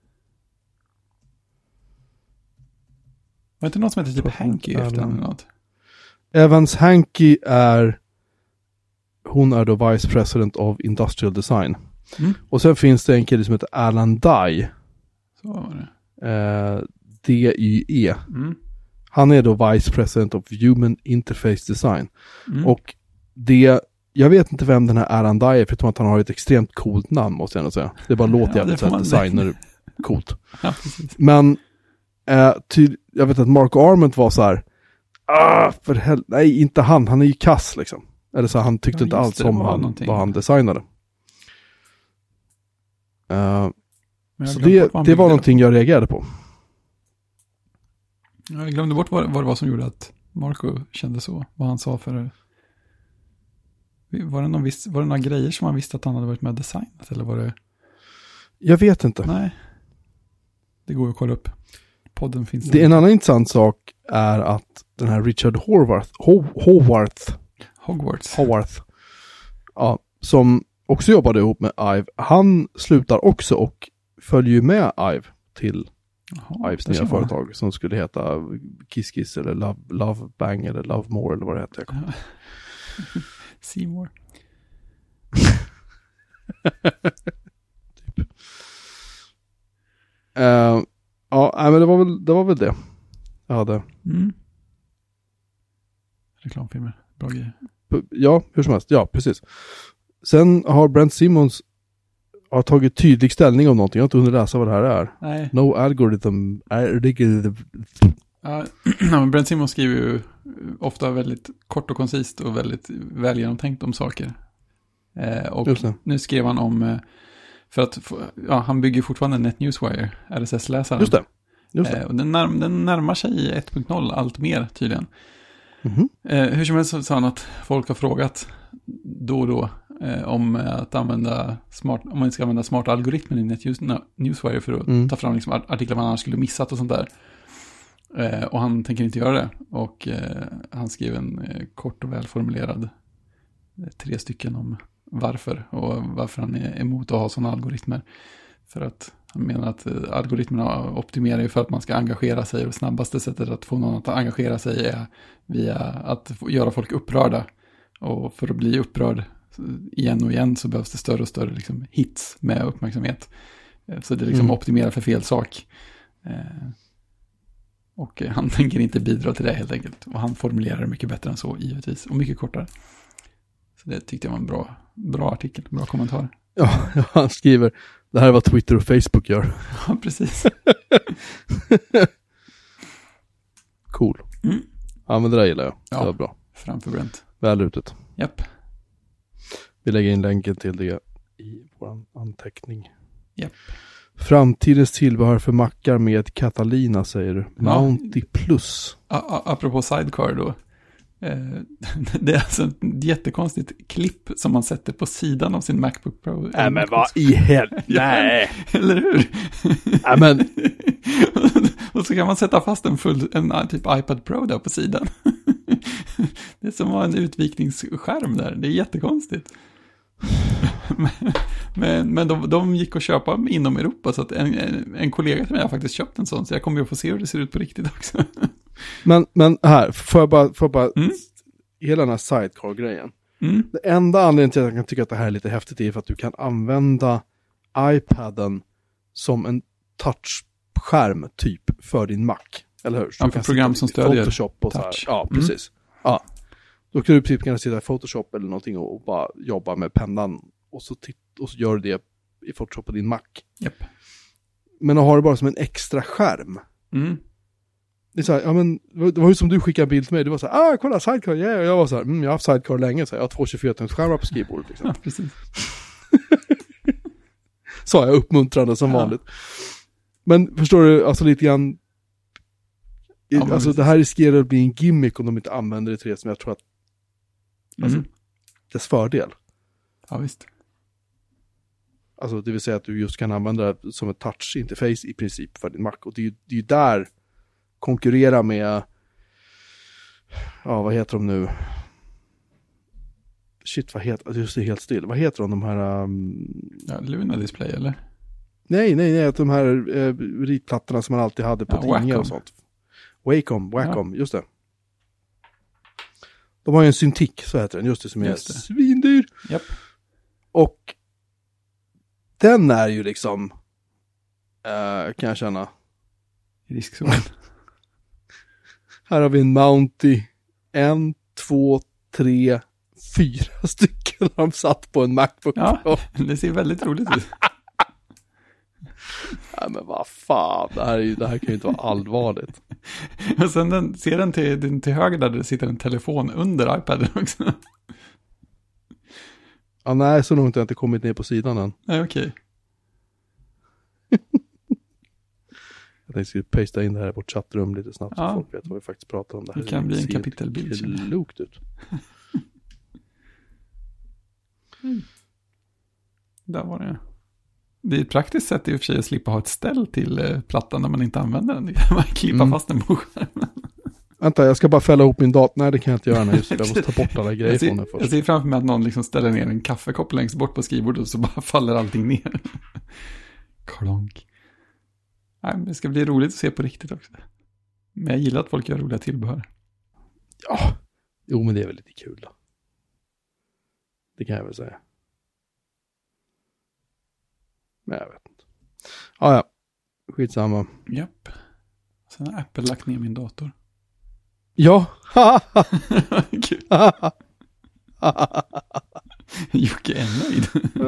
Var det inte något som heter typ Hanky efter eller något? Evans Hanky är, hon är då Vice President of Industrial Design. Mm. Och sen finns det en kille som heter Alan Dye. Så var det. Eh, D Y E. Mm. Han är då Vice President of Human Interface Design. Mm. Och det jag vet inte vem den här Alan Dye är, förutom att han har ett extremt coolt namn, måste jag ändå säga. Det bara låter jävligt ja, designer coolt. Ja, men eh, ty, jag vet att Mark Arment var så här, ah, för hel- nej, inte han, han är ju kass liksom. Eller så han tyckte ja, inte alls om han, vad han designade. Uh, så det, det var någonting jag reagerade på. Jag glömde bort vad, vad det var som gjorde att Marco kände så. Vad han sa för... Var det, någon viss, var det några grejer som han visste att han hade varit med och designat? Eller var det... Jag vet inte. Nej. Det går att kolla upp. Podden finns. Det är en annan intressant sak är att den här Richard Horvath, Ho- Howarth, Hogwarts. Howarth, ja, som också jobbade ihop med Ive, han slutar också och följer med Ive till Jaha, Ives nya företag vara. Som skulle heta Kiss Kiss eller Love, Love Bang eller Love More eller vad det heter. Jag Seymour. typ. Uh, ja, men det var väl det var väl det. Jag hade. Mm. Reklamfilmer, bra grejer. Ja, hur som helst. Ja, precis. Sen har Brent Simmons har tagit tydlig ställning om någonting. Jag har inte hunnit läsa vad det här är. Nej. No algorithm. algorithm. Ja, men Brent Simmons skriver ju ofta väldigt kort och koncist och väldigt väl genomtänkt om saker. Eh, och nu skrev han om, eh, för att ja, han bygger fortfarande NetNewsWire, R S S-läsaren. Just det. Just det. Eh, och den, när, den närmar sig ett punkt noll allt mer tydligen. Mm-hmm. Eh, hur som helst så sa han att folk har frågat då och då eh, om att använda smart, om man ska använda smarta algoritmer i NetNewsWire för att mm. ta fram liksom artiklar man annars skulle missat och sånt där. Eh, och han tänker inte göra det. Och eh, han skrev en eh, kort och välformulerad eh, tre stycken om varför och varför han är emot att ha sådana algoritmer. För att han menar att eh, algoritmerna optimerar ju för att man ska engagera sig och det snabbaste sättet att få någon att engagera sig är via att få, göra folk upprörda. Och för att bli upprörd igen och igen så behövs det större och större liksom, hits med uppmärksamhet. Eh, så det liksom mm. optimerar för fel sak. Eh, Och han tänker inte bidra till det helt enkelt. Och han formulerar det mycket bättre än så, givetvis. Och mycket kortare. Så det tyckte jag var en bra, bra artikel, bra kommentar. Ja, han skriver, det här är vad Twitter och Facebook gör. Ja, precis. Cool. Mm. Ja, men det där gillar jag. Ja, det var bra. Framför Brent. Väl utet. Japp. Vi lägger in länken till det i vår anteckning. Japp. Framtidens tillbehör för mackar med Catalina, säger du. Ja. Mounty Plus. A- a- apropå Sidecar då. Eh, det är alltså ett jättekonstigt klipp som man sätter på sidan av sin MacBook Pro. Nej, men vad i helvete? Nej. Eller hur? Nej, men... Och så kan man sätta fast en full, en typ iPad Pro där på sidan. Det är som var en utvikningsskärm där. Det är jättekonstigt. Men, men de, de gick och köpa inom Europa, så att en, en, en kollega till mig har faktiskt köpt en sån, så jag kommer ju att få se hur det ser ut på riktigt också. Men, men här, får jag bara, får jag bara mm. hela den här sidecar-grejen. Mm. Det enda anledningen till att jag kan tycka att det här är lite häftigt är för att du kan använda iPaden som en touchskärm typ för din Mac. Eller hur? Så ja, du för kan program som stödjer Photoshop och touch. Så här. Ja, precis. Mm. Ja. Då kan du typ kunna sitta i Photoshop eller någonting och, och bara jobba med pennan och så, titt, och så gör du det i Photoshop på din Mac. Yep. Men att ha det bara som en extra skärm. Mm. Det är så här, ja men det var ju som du skickade en bild till mig. Du var så här, ah kolla sidecar, yeah. Och jag var så här, mm, jag har haft sidecar länge, så här, jag har två tjugofyra-tums-skärmar på skrivbordet liksom. Ja, precis. Sa jag uppmuntrande som ja. vanligt. Men förstår du, alltså lite grann, ja, alltså precis. Det här riskerar att bli en gimmick om de inte använder det till det som jag tror att alltså, mm. dess fördel. Ja, visst. Alltså det vill säga att du just kan använda det som ett touch-interface i princip för din Mac. Och det är ju, det är ju där konkurrera med, ja vad heter de nu? Shit, vad heter, just det är helt still. Vad heter de, de här? Um... Ja, Luna Display eller? Nej, nej, nej, de här eh, ritplattorna som man alltid hade på ja, tidningar och sånt. Wacom, Wacom, ja. Just det. De har ju en Cintiq, så heter den, just det, som är just det. Svindyr. Japp. Och den är ju liksom, uh, kan jag känna. Riskzon. Här har vi en Mounty. En, två, tre, fyra stycken. när de satt på en MacBook Ja, Pro. det ser väldigt roligt ut. Nej, men vad fan, det här, är ju, det här kan ju inte vara allvarligt. Och sen den, ser den till, den till höger där det sitter en telefon under iPaden också. Ja, nej, så långt har jag inte kommit ner på sidan än. Nej, okej. Jag tänkte att jag skulle pasta in det här i vårt chattrum lite snabbt Ja. så folk vet vad vi faktiskt pratar om. Det här Det kan bli en ser kapitelbild. klokt ut. Mm. Där var det. Det är ett praktiskt sätt i och för sig att slippa ha ett ställ till eh, plattan när man inte använder den. Man klippa Mm. fast den på skärmen. Vänta, jag ska bara fälla ihop min dator. Nej, det kan jag inte göra nu. Just det. Jag måste ta bort alla grejer jag, ser, från den först. jag ser framför mig att någon liksom ställer ner en kaffekopp längst bort på skrivbordet och så bara faller allting ner. Klonk. Nej, men det ska bli roligt att se på riktigt också. Men jag gillar att folk gör roliga tillbehör. Ja, jo men det är väl lite kul då. Det kan jag väl säga. Men jag vet inte. Ja, ja. Skitsamma. Japp. Sen har Apple lagt ner min dator. Ja. Kul. Jocke är nöjd.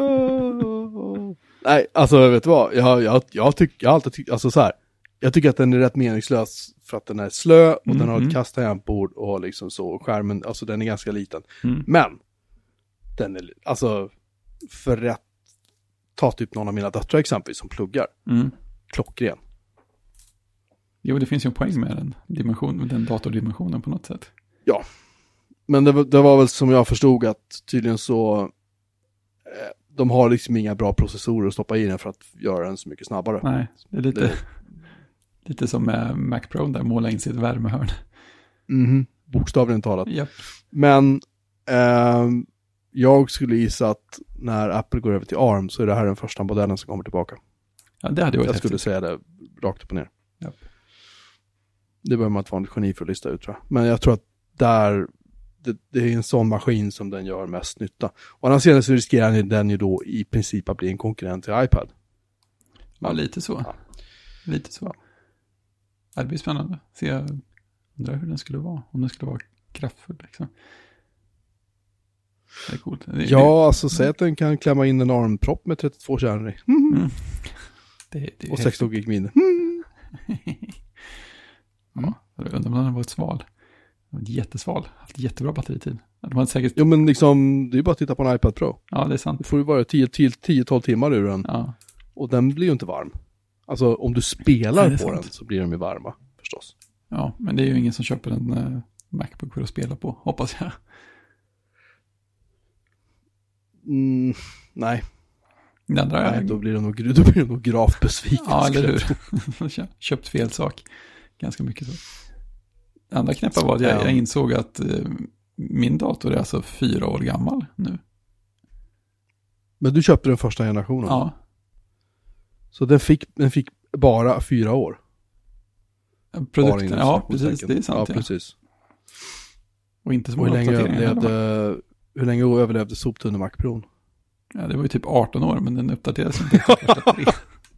Nej, alltså vet du vad? Jag, jag, jag tycker, jag har alltid tyckt, alltså så här. Jag tycker att den är rätt meningslös för att den är slö och Mm, den har ett mm. kasttangentbord och liksom så. Och skärmen, alltså den är ganska liten. Mm. Men, den är, alltså, för rätt, ta typ någon av mina döttrar exempelvis som pluggar. Mm. Klockren. Jo, det finns ju en poäng med den, dimension, den datordimensionen på något sätt. Ja, men det, var- det var väl som jag förstod att tydligen så eh, de har liksom inga bra processorer att stoppa i den för att göra den så mycket snabbare. Nej, det är lite, Det- lite som med Mac Pro där, måla in sitt värmehörn. Mhm, bokstavligen talat. Japp. Men ehm, jag skulle gissa att när Apple går över till ARM så är det här den första modellen som kommer tillbaka. Ja, det hade ju varit Jag skulle häftigt. säga det rakt upp och ner. Japp. Det behöver man inte vara en geni för att lista ut, tror jag. Men jag tror att där, det, det är en sån maskin som den gör mest nytta. Och annars sedan så riskerar den ju då i princip att bli en konkurrent till iPad. Ja, lite så. Ja. Lite så. Ja, det blir spännande. Se, jag undrar hur den skulle vara. Om den skulle vara kraftfull liksom. Det är coolt. Det, Ja, alltså säg att den kan klämma in en ARM-propp med trettiotvå kärnor i. Mm. Det, det, det är Och sexton gig minne. Ja, jag undrar om den har varit sval. Den var jättesval. Haft jättebra batteritid. De hade säkert... Jo, men liksom, det är bara att titta på en iPad Pro. Ja, det är sant. Det får ju vara tio till tolv timmar ur den. Ja. Och den blir ju inte varm. Alltså om du spelar Nej, på sant. den så blir de ju varma, förstås. Ja, men det är ju ingen som köper en uh, MacBook för att spela på, hoppas jag. Mm, nej, Det andra är... nej då blir de nog, då blir de nog gravt besvikna. Ja, eller skulle jag hur? Köpt fel sak. Ganska mycket så. Det andra knäppa var att jag, jag insåg att uh, min dator är alltså fyra år gammal nu. Men du köpte den första generationen. Ja. Så den fick, den fick bara fyra år. Produkten, Bara ja inom precis, citationstecken. det är sant. Ja, Ja. precis. Och inte så Och hur många länge uppdateringar heller, va? överlevde, hur länge överlevde soptunne Mac Pro? Ja, det var ju typ arton år, men den uppdaterades inte efter första tre.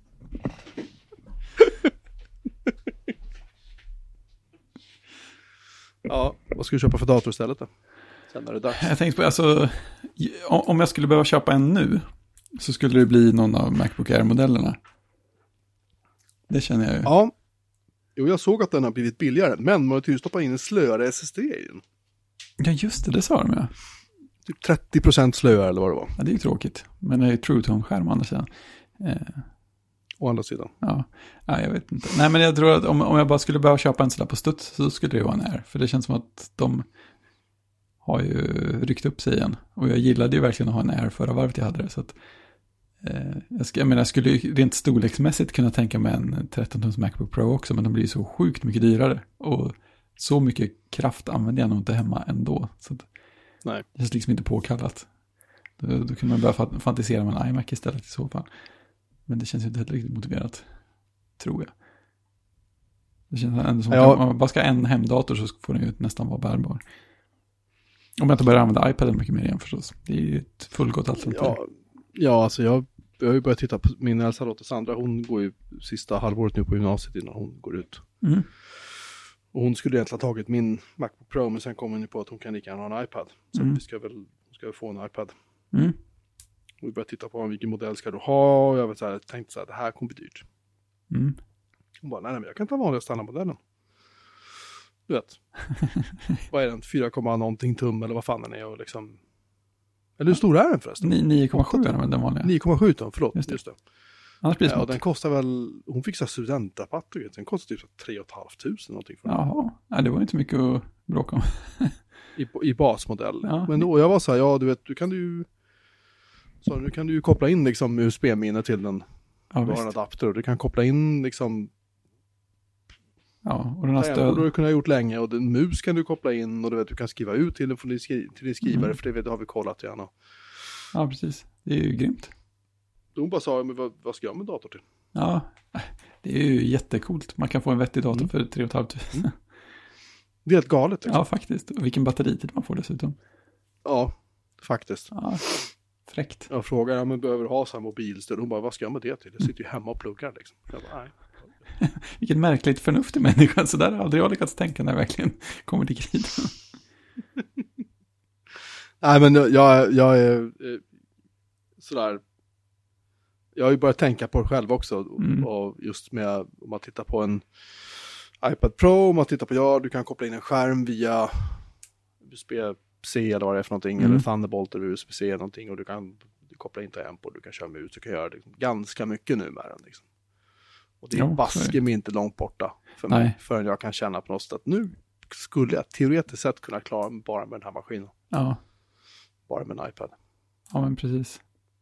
Ja, vad ska du köpa för dator istället då? Sen är det dags. Jag tänkte på, alltså, om jag skulle behöva köpa en nu så skulle det bli någon av Macbook Air-modellerna. Det känner jag ju. Ja, jo, jag såg att den har blivit billigare, men man har tydligen stoppat in en slöare S S D i den. Ja, just det, det sa de ja. Typ trettio procent slöare eller vad det var. Ja, det är ju tråkigt. Men det är ju True Tone-skärm å andra sidan. Eh, Å andra sidan. ja. ja, jag vet inte. Nej, men jag tror att om, om jag bara skulle behöva köpa en sådär på studs så skulle det vara en Air. För det känns som att de har ju ryckt upp sig igen. Och jag gillade ju verkligen att ha en Air förra varvet jag hade det. Så att, eh, jag, ska, jag menar, jag skulle ju rent storleksmässigt kunna tänka mig en tretton tums Macbook Pro också. Men de blir ju så sjukt mycket dyrare. Och så mycket kraft använder jag nog inte hemma ändå. Så att, Nej. det känns liksom inte påkallat. Då, då kan man börja fant- fantisera med en iMac istället i så fall. Men det känns ju inte helt riktigt motiverat. Tror jag. Det känns ändå som Ja. att om man bara ska ha en hemdator så får den ju nästan vara bärbar. Om jag inte börjar använda iPaden mycket mer igen förstås. Det är ju ett fullgott alternativ. Ja, ja, alltså jag, jag har ju börjat titta på min äldsta dotter Sandra. Hon går ju sista halvåret nu på gymnasiet innan hon går ut. Mm. Och hon skulle egentligen ha tagit min MacBook Pro, men sen kom hon ju på att hon kan lika gärna ha en iPad. Så Mm. vi ska väl, hon ska vi få en iPad. Mm. Och vi började titta på vilken modell ska du ha. Och jag vet, så här, tänkte så här, det här kommer bli dyrt. Mm. Hon bara, nej, nej men jag kan ta vanliga standardmodellen. Du vet. Vad är den? fyra, någonting tum eller vad fan den är. Och liksom... Eller hur stor är den förresten? nio komma sju är den vanliga. nio komma sju tum, förlåt. Just det. Just det. Annars blir det Ja, och smått. den kostar väl, hon fick så här studentrabatt och den kostar typ tre och ett halvt tusen någonting för den. Jaha, ja, det var inte mycket att bråka om. I, I basmodell. Ja. Men då, jag var så här, ja du vet, du kan ju så nu kan du ju koppla in liksom U S B-minne till den. Ja, du har en adapter och du kan koppla in liksom ja, och den har det stöd. borde du kunna ha gjort länge och den mus kan du koppla in och du vet, du kan skriva ut till den från din, skri- till din skrivare Mm. för det, vet, det har vi kollat gärna. Ja, precis. Det är ju grymt. Då hon bara sa, men vad, vad ska jag med dator till? Ja, det är ju jättekult. Man kan få en vettig dator Mm. för tre och ett halvt tusen. Mm. Det är helt galet. Liksom. Ja, faktiskt. Och vilken batteritid man får dessutom. Ja, faktiskt. Ja, fräckt. Jag frågar, ja, men behöver du ha så här mobilstöd? Hon bara, vad ska jag med det till? Jag sitter ju hemma och pluggar liksom. Jag bara, nej. Vilken märkligt förnuftig människa. Så där har aldrig jag lyckats tänka när jag verkligen kommer till kritan. Nej, men jag, jag är eh, sådär. Jag har ju börjat tänka på det själv också. Mm. Och just med, om man tittar på en iPad Pro, om man tittar på, ja, du kan koppla in en skärm via U S B-C eller vad det är för någonting. Mm. Eller Thunderbolt eller U S B-C eller någonting. Och du kan koppla in till en på, du kan köra med ut, du kan göra liksom ganska mycket nu med den liksom. Och det är Jo, baske mig inte långt borta för Nej. mig. Förrän jag kan känna på något sätt att nu skulle jag teoretiskt sett kunna klara mig bara med den här maskinen. Ja, Bara med en iPad. ja men precis.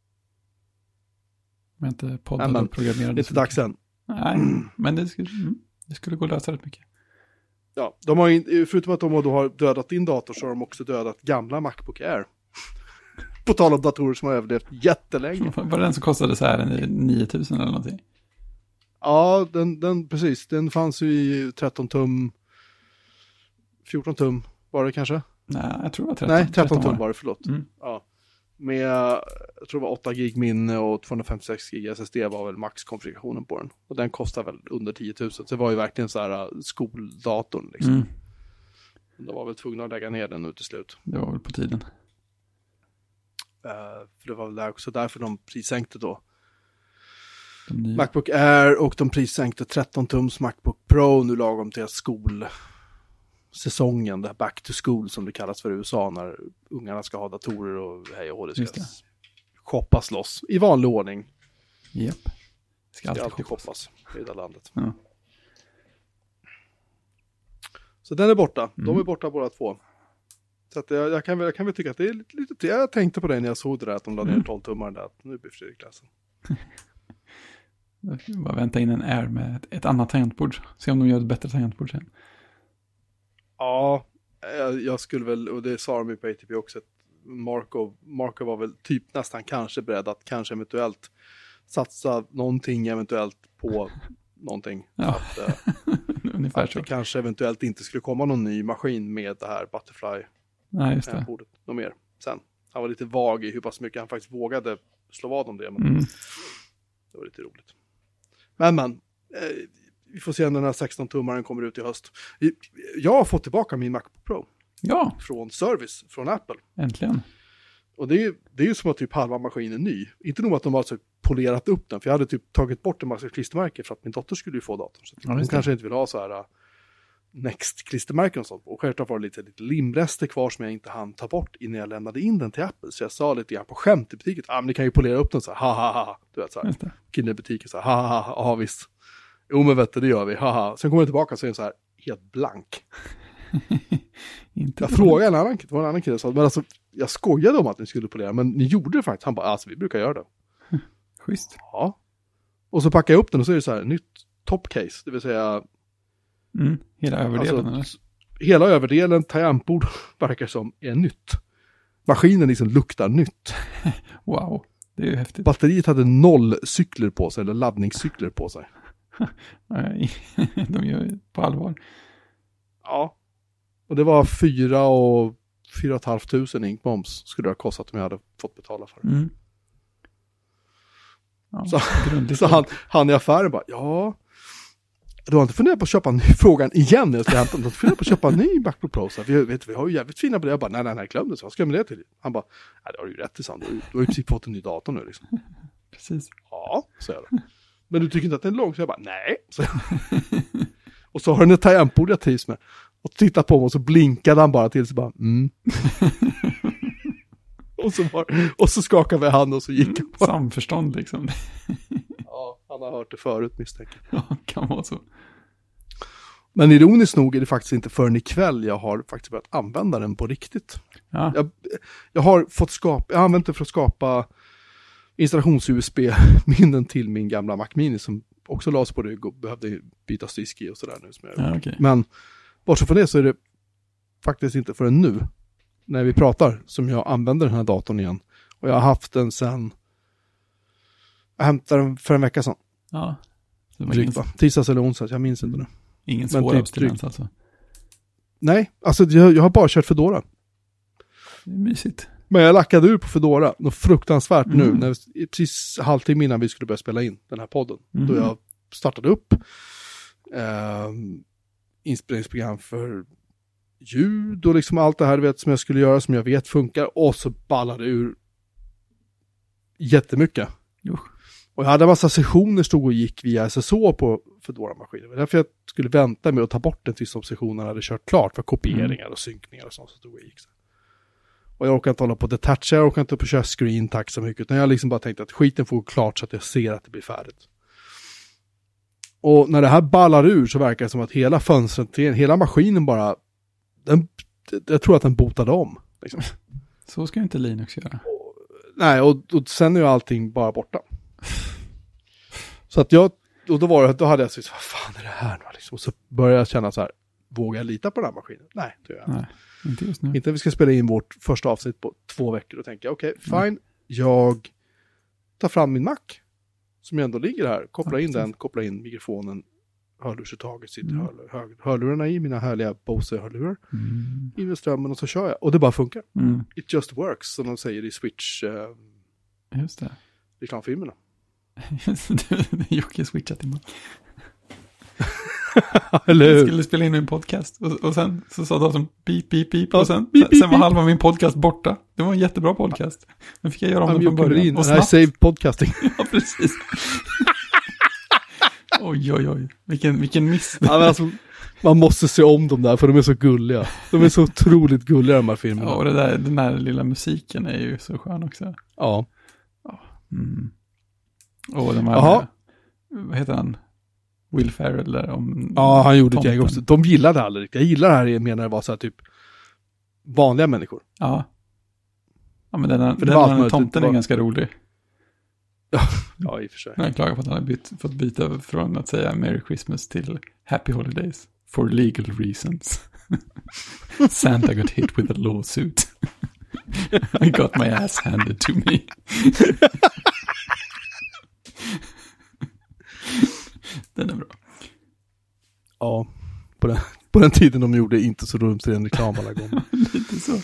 Om jag inte poddade Nej, men och programmerade. Det är inte så dags mycket. än. Nej, men det skulle, mm, det skulle gå att lösa rätt mycket. Ja, de har in, förutom att de har, då har dödat din dator så har de också dödat gamla MacBook Air. På tal om datorer som har överlevt jättelänge. Var det den som kostade så här nio tusen eller någonting? Ja, den, den, precis. Den fanns ju i tretton tum, fjorton tum var det kanske? Nej, jag tror det var tretton. Nej, tretton tum var var det, förlåt. Mm. Ja. Med, jag tror det var åtta gig minne och tvåhundrafemtiosex gig S S D var väl maxkonfigurationen på den. Och den kostar väl under tio tusen. Så det var ju verkligen så här skoldatorn liksom. Mm. De var väl tvungna att lägga ner den nu till slut. Det var väl på tiden. Uh, för det var väl där också därför de prissänkte då. De nya. Macbook Air och de prissänkte tretton tums Macbook Pro nu lagom till skolsäsongen, det här back to school som det kallas för i U S A när ungarna ska ha datorer och hej och hå, det ska Just det. shoppas loss i vanlig ordning. Japp. Ska Ska alltid alltid shoppas. shoppas i det här landet. Ja. Så den är borta. De Mm. är borta båda två. Så att jag, jag, kan väl, jag kan väl tycka att det är lite, lite... Jag tänkte på det när jag såg det där att de la ner Mm. tolv tummar där. Att nu blir Fredrik ledsen. Bara vänta in en Air med ett, ett annat tangentbord. Se om de gör ett bättre tangentbord sen. Ja, jag, jag skulle väl, och det sa de ju på A T P också, att Marco, Marco var väl typ nästan kanske beredd att kanske eventuellt satsa någonting eventuellt på någonting. Ja, Att, eh, ungefär att så. det kanske eventuellt inte skulle komma någon ny maskin med det här Butterfly Nej, just det. bordet något mer sen. Han var lite vag i hur pass mycket han faktiskt vågade slå vad om det, men Mm. det var lite roligt. Men men, eh, vi får se när den här sexton-tummaren kommer ut i höst. Jag har fått tillbaka min MacBook Pro Ja, från service, från Apple. äntligen. Och det är, det är ju som att typ halva maskinen är ny. Inte nog att de har alltså polerat upp den, för jag hade typ tagit bort en massa klistermärken för att min dotter skulle ju få datorn. Så Ja, hon just det. kanske inte vill ha så här uh, Next-klistermärken och sånt. Och självklart var det lite, lite limrester kvar som jag inte hann ta bort innan jag lämnade in den till Apple. Så jag sa lite grann på skämt i butiken, ah, men ni kan ju polera upp den så här, ha ha ha. Du vet så här, Just det. killen i butiken så här, ha ha ha, ja visst. Jo men vet du, det gör vi, haha. Sen kommer jag tillbaka och så är den så här, helt blank. Inte Jag bra. frågade en annan, det var en annan kille som sa, men alltså, jag skojade om att ni skulle polera, men ni gjorde det faktiskt. Han bara, alltså vi brukar göra det. Schysst. Ja. Och så packar jag upp den och så är det så här, nytt topcase, det vill säga Mm. Hela överdelen, eller? alltså, hela överdelen, tangentbord verkar som är nytt. Maskinen liksom luktar nytt. Wow, det är ju häftigt. Batteriet hade noll cykler på sig, eller laddningscykler på sig. Nej, de gör ju på allvar. Ja. Och det var fyra och fyra och ett halvt tusen inkmoms skulle det ha kostat om jag hade fått betala för det. Mm. Ja, Så- grundligt. Så han, han i affären bara, ja, du har inte funderat på att köpa en ny frågan igen? Jag ska hämta, du har inte funderat på att köpa en ny Macbook Pro? Så vi, vet, vi har ju jävligt fina på det. Jag bara, nej, nej, nej, glöm det. Så vad ska jag med det till? Han bara, nej, det har du ju rätt i, Sam. Du, du har ju precis fått en ny dator nu liksom. Precis. Ja, så är det. Men du tycker inte att den är lång? Så jag bara, nej. Så och så har den ett tangentbord jag trivs med. Och tittar på mig och så blinkade han bara till. Så bara, mm. och, så var, och så skakade vi hand och så gick han bara. Samförstånd liksom. Ja, han har hört det förut misstänker jag. Ja, kan vara så. Men ironiskt nog är det faktiskt inte förrän ikväll jag har faktiskt börjat använda den på riktigt. Ja. Jag, jag har fått skapa, jag har använt det för att skapa installations-U S B-minnen till min gamla Mac Mini som också lades på det och behövde byta disk i och sådär nu. Som jag ja, okay. Men bortsett från det så är det faktiskt inte förrän nu när vi pratar som jag använder den här datorn igen. Och jag har haft den sedan jag hämtade den för en vecka sedan. Ja. Drygt, ingen... Tisdags eller onsdags, jag minns inte det. Ingen svår typ abstinens alltså? Nej, alltså jag, jag har bara kört Fedora. Det är mysigt. Men jag lackade ur på Fedora något fruktansvärt mm. nu, när, precis halvtimme innan vi skulle börja spela in den här podden. Mm. Då jag startade upp eh, inspelningsprogram för ljud och liksom allt det här vet, som jag skulle göra, som jag vet funkar. Och så ballade det ur jättemycket. Jo. Och jag hade en massa sessioner stod och gick via S S H på Fedora-maskiner. Det var därför jag skulle vänta med att ta bort den tills de sessionerna hade kört klart för kopieringar mm. och synkningar och sånt som stod och gick. Och jag orkar inte hålla på att detacha, jag orkar inte på att köra screen tack så mycket. Utan jag liksom bara tänkte att skiten får klart så att jag ser att det blir färdigt. Och när det här ballar ur så verkar det som att hela fönstret, hela maskinen bara, den, jag tror att den botade om. Liksom. Så ska inte Linux göra. Och, nej, och, och sen är ju allting bara borta. Så att jag, och då var det, då hade jag sagt, vad fan är det här nu? Liksom. Och så började jag känna så här, vågar jag lita på den här maskinen? Nej, det gör jag nej, inte just nu. Inte vi ska spela in vårt första avsnitt på två veckor och tänka, okej, okay, fine, mm. jag tar fram min Mac som ändå ligger här, kopplar in ja, den, kopplar in mikrofonen, hörlursuttaget sitter mm. hör, hör, hörlurarna i, mina härliga Bose-hörlurar mm. in i strömmen och så kör jag. Och det bara funkar. Mm. It just works, som de säger i Switch uh, just det. reklamfilmerna. Jocke switchat till mig. Jag skulle spela in en podcast och, och sen så sa de som pip, pip, pip och sen, beep, beep, sen var halva min podcast borta. Det var en jättebra podcast. Men fick jag göra om den från början. In. Och snabbt. I save podcasting. Ja, precis. Oj, oj, oj. Vilken, vilken miss. Ja, men alltså, man måste se om dem där för de är så gulliga. De är så otroligt gulliga de här filmerna. Ja, och det där, den där lilla musiken är ju så skön också. Ja. Ja. Mm. Och de här, vad heter han? Will Ferrell där om ja, han gjorde tomten. Det också. De gillade det aldrig. Jag gillar det här, jag menar det var så här typ vanliga människor. Ja. Ja, men den här, den här tomten är var... ganska rolig. Ja, ja, i och för sig. Jag klagar på att han har bytt, fått byta från att säga Merry Christmas till Happy Holidays for legal reasons. Santa got hit with a lawsuit. I got my ass handed to me. Den är bra. Ja, på den, på den tiden de gjorde inte så rumsren reklam alla gånger. Lite så.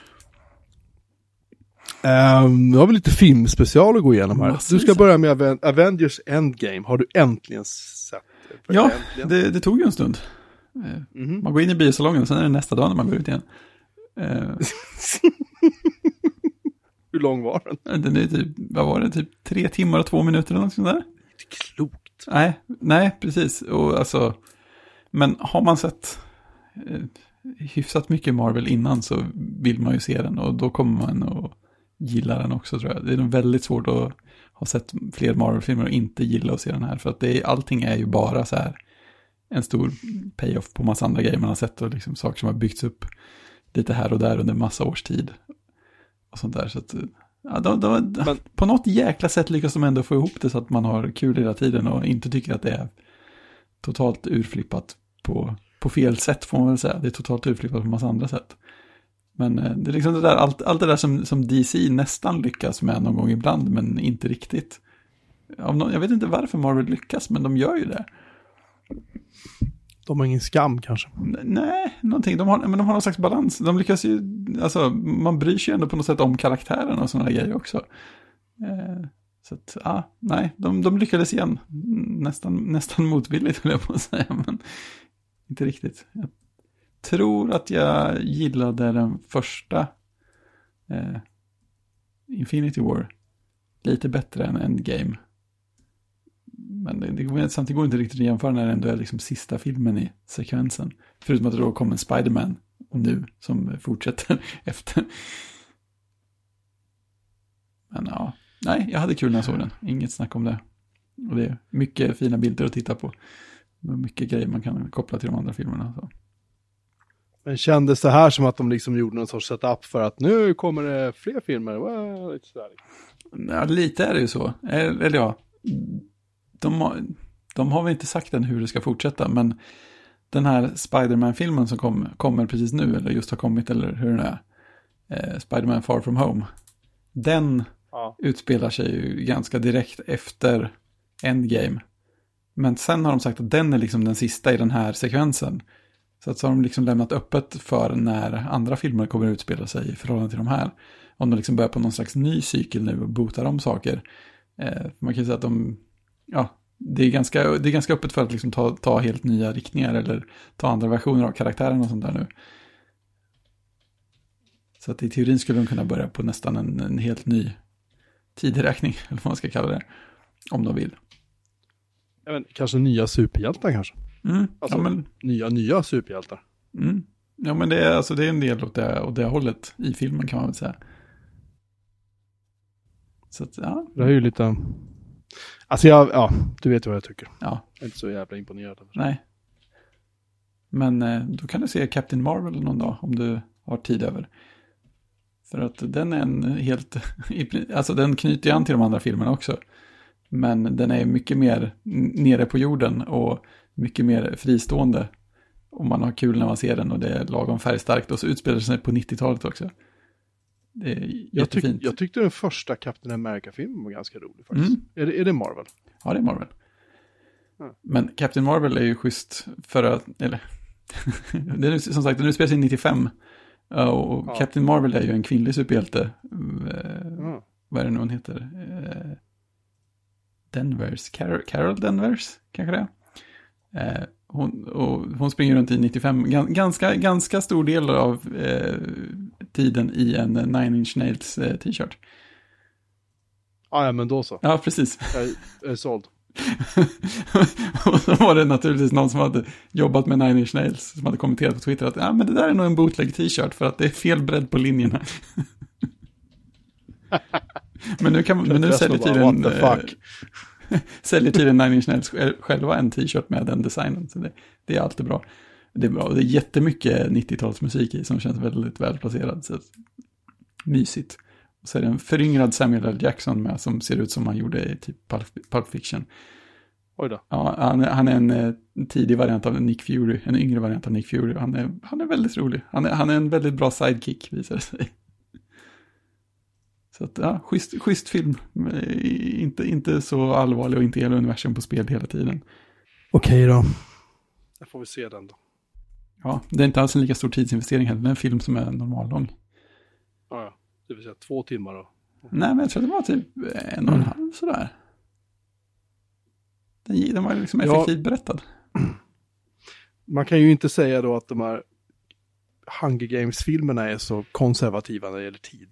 Um, nu har vi lite filmspecial att gå igenom här. Du ska börja med Aven- Avengers Endgame. Har du äntligen sett det? Ja, äntligen? Det, det tog ju en stund. Mm-hmm. Man går in i biosalongen och sen är det nästa dag när man går ut igen. Uh. Hur lång var den? Den är typ, vad var det? Typ tre timmar och två minuter eller något sånt där. Det är klokt. Nej, nej, precis. Och alltså, men har man sett eh, hyfsat mycket Marvel innan så vill man ju se den och då kommer man att gilla den också, tror jag. Det är nog väldigt svårt att ha sett fler Marvel-filmer och inte gilla att se den här, för att det är, allting är ju bara så här en stor payoff på massa andra grejer man har sett och liksom saker som har byggts upp lite här och där under massa års tid och sånt där, så att ja, då, då, men, på något jäkla sätt lyckas de ändå få ihop det så att man har kul hela tiden och inte tycker att det är totalt urflippat på, på fel sätt, får man väl säga. Det är totalt urflippat på massa andra sätt. Men eh, det är liksom det där, allt, allt det där som, som D C nästan lyckas med någon gång ibland, men inte riktigt. Av någon, jag vet inte varför Marvel lyckas, men de gör ju det. De har ingen skam kanske. Nej, någonting. De har, men de har någon slags balans. De lyckas ju, alltså, man bryr sig ändå på något sätt om karaktären och sådana grejer också. Eh, Så att, ja, nej, de, de lyckades igen. Nästan, nästan motvilligt, höll jag på att säga, men inte riktigt. Jag tror att jag gillade den första eh, Infinity War lite bättre än Endgame. Men det, det, samtidigt går inte riktigt att jämföra när det ändå är liksom sista filmen i sekvensen. Förutom att det då kommer en Spider-Man nu som fortsätter efter. Men ja, nej, jag hade kul när jag såg den. Inget snack om det. Och det är mycket fina bilder att titta på. Mycket grejer man kan koppla till de andra filmerna. Så. Men kändes det här som att de liksom gjorde någon sorts setup för att nu kommer det fler filmer? Wow, lite, sådär. Ja, lite är det ju så. Eller ja, de har, de har väl inte sagt än hur det ska fortsätta, men den här Spider-Man-filmen som kom, kommer precis nu, eller just har kommit, eller hur den är, eh, Spider-Man Far From Home, den ja. utspelar sig ju ganska direkt efter Endgame. Men sen har de sagt att den är liksom den sista i den här sekvensen. Så att så har de liksom lämnat öppet för när andra filmer kommer att utspela sig i förhållande till de här. Om de liksom börjar på någon slags ny cykel nu och botar om saker. Eh, man kan ju säga att de, ja, det är ganska, det är ganska öppet för att liksom ta, ta helt nya riktningar eller ta andra versioner av karaktären och sånt där nu. Så att i teorin skulle de kunna börja på nästan en, en helt ny tideräkning, eller vad man ska kalla det, om de vill. Jag vet, kanske nya superhjältar kanske. Mm, alltså ja, men, nya, nya superhjältar. Mm. Ja, men det är, alltså, det är en del åt det, åt det hållet i filmen, kan man väl säga. Så att, ja. Det är ju lite... Alltså jag, ja, du vet vad jag tycker. Ja. Jag är inte så jävla imponerad. Nej. Men eh, då kan du se Captain Marvel någon dag om du har tid över. För att den är en helt... Alltså den knyter an till de andra filmerna också. Men den är mycket mer nere på jorden och mycket mer fristående. Och man har kul när man ser den och det är lagom färgstarkt. Och så utspelar det sig på nittiotalet också. Det är jag, tyck, jättefint. jag tyckte den första Captain America-filmen var ganska rolig faktiskt. Mm. Är, det, är det Marvel? Ja, det är Marvel. Mm. Men Captain Marvel är ju schysst för att... Eller, det är, som sagt, den utspelar sig nittiofem. Och ja. Captain Marvel är ju en kvinnlig superhjälte. Mm. Vad är det nu hon heter? Denvers. Carol, Carol Danvers, kanske det är. Hon, och hon springer runt i nittiofem. Ganska, ganska stor del av eh, tiden i en Nine Inch Nails eh, t-shirt. Ah, ja, men då så. Ja, precis. Jag, jag är såld. Och så var det naturligtvis någon som hade jobbat med Nine Inch Nails som hade kommenterat på Twitter att ja, men det där är nog en bootleg t-shirt för att det är fel bredd på linjerna. Men nu, kan, men nu säljer tydligen äh, säljer tydligen Nine Inch Nails själva en t-shirt med den designen. Så det, det är alltid bra. Det är bra. Det är jättemycket nittiotalsmusik i som känns väldigt välplacerad. Så mysigt. Och så är det en föryngrad Samuel L. Jackson med som ser ut som han gjorde i typ Pulp, Pulp Fiction. Oj då. Ja, han, han är en, en tidig variant av Nick Fury. En yngre variant av Nick Fury. Han är, han är väldigt rolig. Han är, han är en väldigt bra sidekick, visar det sig. Så att, ja, schysst, schysst film. Inte, inte så allvarlig och inte hela universum på spel hela tiden. Okej då. Jag får vi se den då. Ja, det är inte alls en lika stor tidsinvestering heller. Det är en film som är normal lång. Ja, ja. Det vill säga två timmar då. Nej, men jag tror det var typ en och en halv sådär. Den, den var liksom effektivt ja. berättad. Man kan ju inte säga då att de här Hunger Games-filmerna är så konservativa när det gäller tid.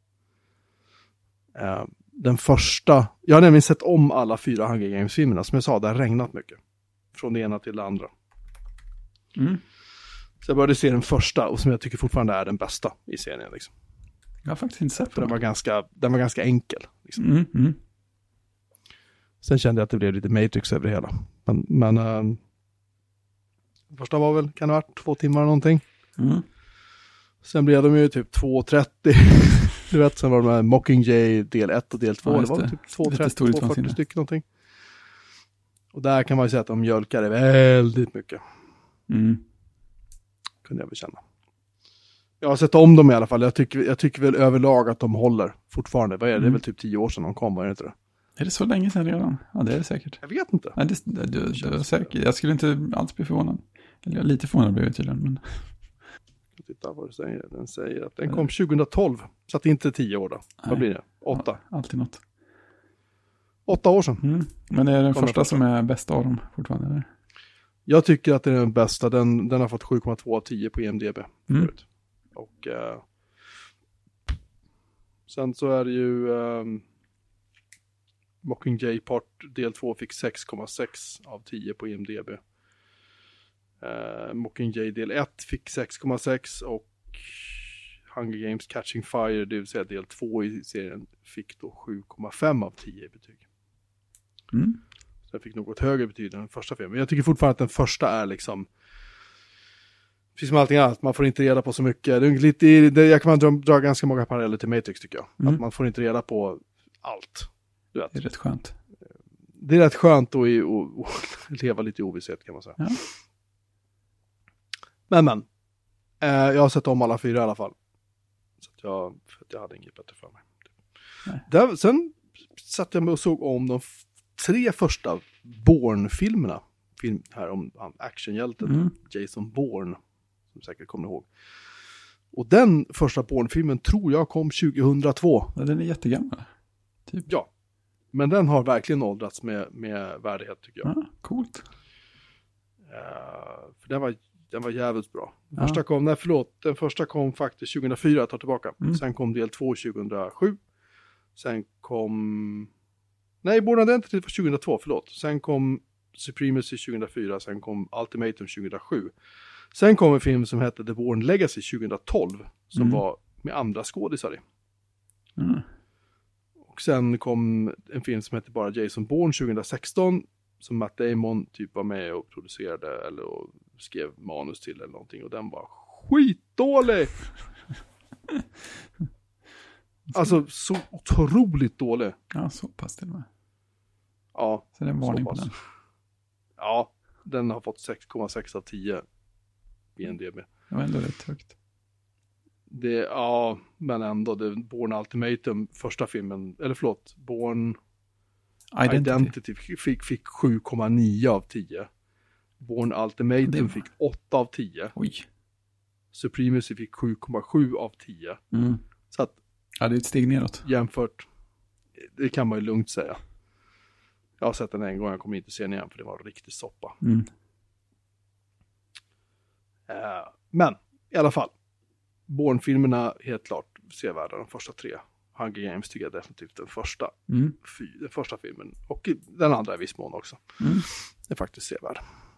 Uh, den första, jag har nämligen sett om alla fyra Hunger Games-filmerna. Som jag sa, det har regnat mycket. Från det ena till det andra. Mm. Så jag började se den första och som jag tycker fortfarande är den bästa i serien. Liksom. Jag har faktiskt inte sett den. Var ganska, den var ganska enkel. Liksom. Mm, mm. Sen kände jag att det blev lite Matrix över det hela. Men, men uh, första var väl, kan det ha varit två timmar eller någonting. Mm. Sen blev de ju typ två trettio. Du vet, sen var de här Mockingjay del ett och del två. Ja, det var det. Typ två trettio, två fyrtio stycken någonting. Och där kan man ju säga att de mjölkade väldigt mycket. Mm. Kunde jag väl känna. Jag har sett om dem i alla fall. Jag tycker, jag tycker väl överlag att de håller fortfarande. Vad är det? Mm. Det är väl typ tio år sedan de kom, var det inte det? Är det så länge sedan redan? Ja, det är det säcket. Jag vet inte. Nej, det, det, det, det är säkert. Jag skulle inte alls bli förvånad. Eller lite förvånad blev jag tydligen. Men... Titta vad det säger. Den säger att den kom tjugo tolv. Så att det inte är tio år då. Ja, vad blir det? Åtta. Ja, alltid något. Åtta år sedan. Mm. Men är det den Kom första som är bästa av dem fortfarande? Eller? Jag tycker att det är den bästa. Den, den har fått sju komma två av tio på I M D B. Mm. Och eh, sen så är det ju eh, Mockingjay Part del två fick sex komma sex av tio på I M D B. Eh, Mockingjay del ett fick sex komma sex och Hunger Games Catching Fire, det vill säga del två i serien, fick då sju komma fem av tio i betyg. Mm. Så jag fick något högre betyg än den första filmen. Men jag tycker fortfarande att den första är liksom, precis som allting annat, man får inte reda på så mycket. Det är lite, det, jag kan dra, dra ganska många paralleller till Matrix tycker jag. Mm. Att man får inte reda på allt. Du vet. Det är rätt skönt. Det är rätt skönt att och, och leva lite i ovisshet kan man säga. Ja. Men men, eh, jag har sett om alla fyra i alla fall. Så att jag, för att jag hade inget bättre för mig. Där, sen satt jag med och såg om de f- tre första Bourne-filmerna. Film här om actionhjälten Mm. Jason Bourne, som säkert kommer ihåg. Och den första Bourne-filmen tror jag kom tjugohundratvå. Ja, den är jättegammal. Typ. Ja, men den har verkligen åldrats med, med värdighet tycker jag. Ja, coolt. Uh, för den var, den var jävligt bra. Den Ja. första kom, nej förlåt, den första kom faktiskt tjugohundrafyra, jag tar tillbaka. Mm. Sen kom del två tjugohundrasju. Sen kom, nej Bourne Identity var tjugohundratvå, förlåt. Sen kom Supremacy tjugohundrafyra, sen kom Ultimatum tjugohundrasju. Sen kom en film som hette The Bourne Legacy tjugohundratolv, som Mm. var med andra skådisar i. Mm. Och sen kom en film som hette bara Jason Bourne tjugohundrasexton, som Matt Damon typ var med och producerade eller och skrev manus till eller någonting, och den var skitdålig. Alltså så otroligt dålig. Ja, så pass till och med. Ja. Så det är en varning så på pass. den. Ja, den har fått sex komma sex av tio i I M D B. Det var ändå rätt högt. Det, ja, men ändå, det Bourne Ultimatum, första filmen, eller förlåt, Bourne Identity. Identity fick, fick sju komma nio av tio. Bourne Ultimatum Det var- fick åtta av tio. Oj. Supremacy fick sju komma sju av tio. Mm. Så att Ja, det är ett steg neråt. jämfört, det kan man ju lugnt säga. Jag har sett den en gång, jag kommer inte se den igen för det var en riktig soppa. Mm. Uh, men i alla fall, Bourne-filmerna helt klart sevärda, de första tre. Hunger Games tycker jag definitivt den första, Mm. fy, den första filmen. Och den andra i viss mån också. Mm. Det är faktiskt sevärd.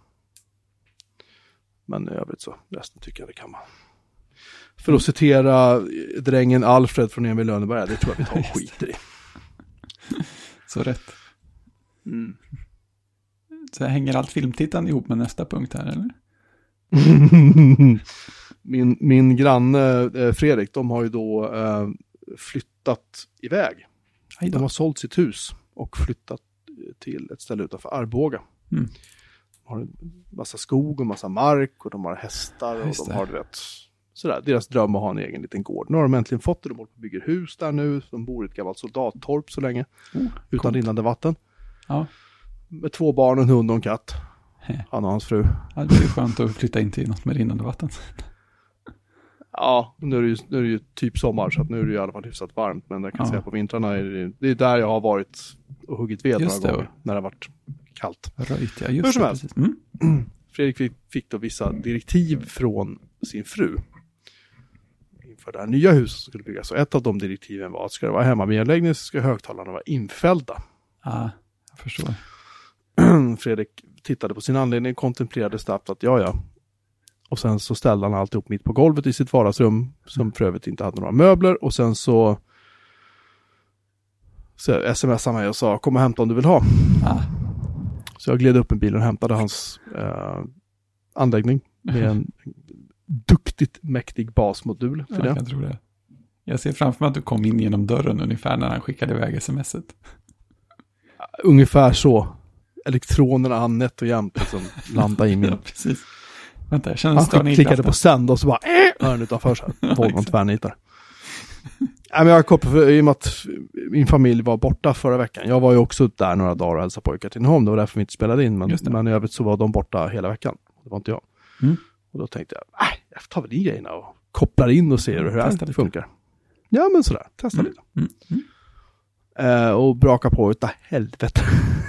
Men i övrigt så, resten tycker jag det kan man. För att citera drängen Alfred från Emil Lönneberg, det tror jag vi tar och skiter i. Så rätt. Mm. Så hänger allt filmtittande ihop med nästa punkt här, eller? min, min granne eh, Fredrik, de har ju då eh, flyttat iväg. De har sålt sitt hus och flyttat till ett ställe utanför Arboga. Mm. De har en massa skog och massa mark och de har hästar och Just de det. har, du vet, sådär. Deras dröm att ha en egen liten gård. Nu har de äntligen fått det. De håller på och bygger hus där nu. De bor i ett gammalt soldattorp så länge. Oh, utan coolt. rinnande vatten. Ja. Med två barn, en hund och en katt. He. Han och hans fru. Ja, det blir ju skönt att flytta in till något med rinnande vatten. Ja, nu är, det ju, nu är det ju typ sommar så att nu är det ju i alla fall hyfsat varmt. Men jag kan Ja. säga på vintrarna är det, det är där jag har varit och huggit ved Just några det. gånger. När det har varit kallt. Röjt, ja, Hur just som det. helst. Precis. Mm. Fredrik fick, fick då vissa direktiv från sin fru inför det här nya huset som skulle byggas. Och ett av de direktiven var att ska det vara hemma med anläggning så ska högtalarna vara infällda. Ja, jag förstår. Fredrik tittade på sin anledning och kontemplerade snabbt att ja, ja. Och sen så ställde han alltihop mitt på golvet i sitt vardagsrum som för övrigt inte hade några möbler. Och sen så, så smsade han mig och sa kom och hämta om du vill ha. Ja. Så jag gled upp en bil och hämtade hans eh, anläggning med en duktigt mäktig basmodul för Jag det. kan tro det. Jag ser framför mig att du kom in genom dörren ungefär när han skickade iväg smset. Ungefär så. Elektronerna han nätt och jämt liksom landade i min. Ja, precis. Vänta, jag känner en Han störning i klickade på kraften. sänd och så bara äh, hörde utanför så här. Volvon tvärnitar. Nej, men jag kopplade för, i och med att min familj var borta förra veckan. Jag var ju också där några dagar och hälsade på i Katrineholm. Det var därför vi inte spelade in. Men, men i övrigt så var de borta hela veckan. Det var inte jag. Mm. Och då tänkte jag, nej, jag tar väl in grejerna och kopplar in och ser hur det Testa här lite. funkar. Ja, men sådär. Testa Mm. lite. Mm. Mm. Uh, och braka på utav helvete.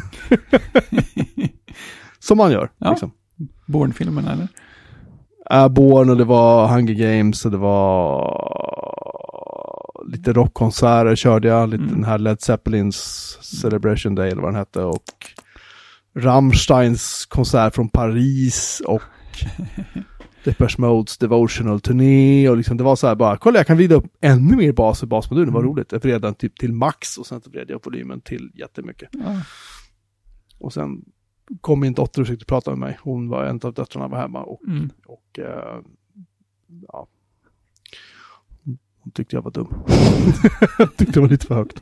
Som man gör. Ja. Liksom. Bourne-filmen eller? Uh, Bourne och det var Hunger Games och det var lite rockkonserter körde jag. Lite mm. den här Led Zeppelins Celebration Day eller vad den hette. Och Rammsteins konsert från Paris och Depeche Modes Devotional Turné och liksom det var så här bara, kolla jag kan vrida upp ännu mer bas och basmodulen, det var roligt. Jag vred den typ till max och sen så vred jag upp volymen till jättemycket. Ja. Och sen kom min dotter och försökte prata med mig. Hon var en av döttrarna var hemma och, mm. och uh, ja. Hon tyckte jag var dum. Tyckte det var lite för högt.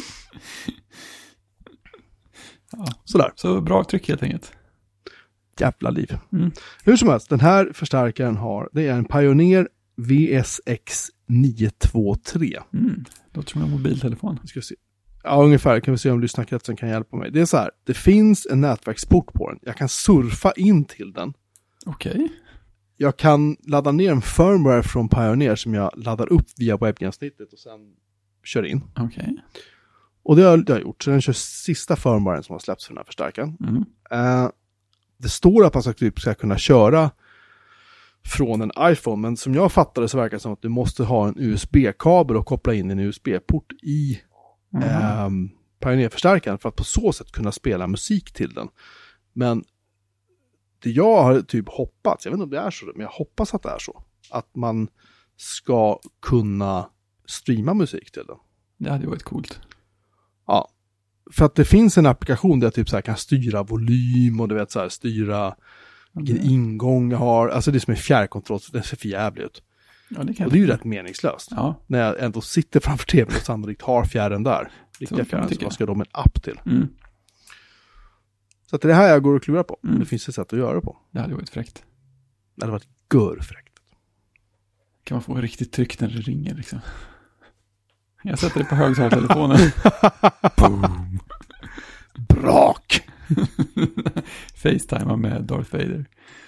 Ja. Sådär. Så bra tryck helt enkelt. Jävla liv. Mm. Hur som helst, den här förstärkaren har, det är en Pioneer V S X nio två tre. Mm. Låter som en mobiltelefon. Ska se. Ja, ungefär. Kan vi se om lyssnarkretsen kan hjälpa mig. Det är så här, det finns en nätverksport på den. Jag kan surfa in till den. Okej. Okay. Jag kan ladda ner en firmware från Pioneer som jag laddar upp via webbgränssnittet och sen kör in. Okej. Okay. Och det har, det har jag gjort. Så den kör sista firmwaren som har släppts för den här förstärkaren. Mm. Uh, det står att man ska, typ, ska kunna köra från en iPhone. Men som jag fattade så verkar det som att du måste ha en U S B-kabel och koppla in en U S B-port i mm. um, Pioneer-förstärkaren för att på så sätt kunna spela musik till den. Men det jag har typ hoppats, jag vet inte om det är så, men jag hoppas att det är så. Att man ska kunna streama musik till den. Det hade varit coolt. Ja. För att det finns en applikation där jag typ så här kan styra volym och du vet så här styra vilken mm. ingång jag har. Alltså det är som en fjärrkontroll, så det ser för jävligt ut. Ja, det kan och det är ju rätt meningslöst. Ja. När jag ändå sitter framför tvn och sannolikt har fjärren där. Riktiga fjärren, så vad ska de en app till? Mm. Så att det är det här jag går och klurar på. Mm. Det finns ett sätt att göra det på. Det hade varit fräckt. Det hade varit görfräckt. Kan man få en riktigt tryck när det ringer liksom? Jag sätter det på högtalartelefonen. Boom. Brak! Facetime med Darth Vader.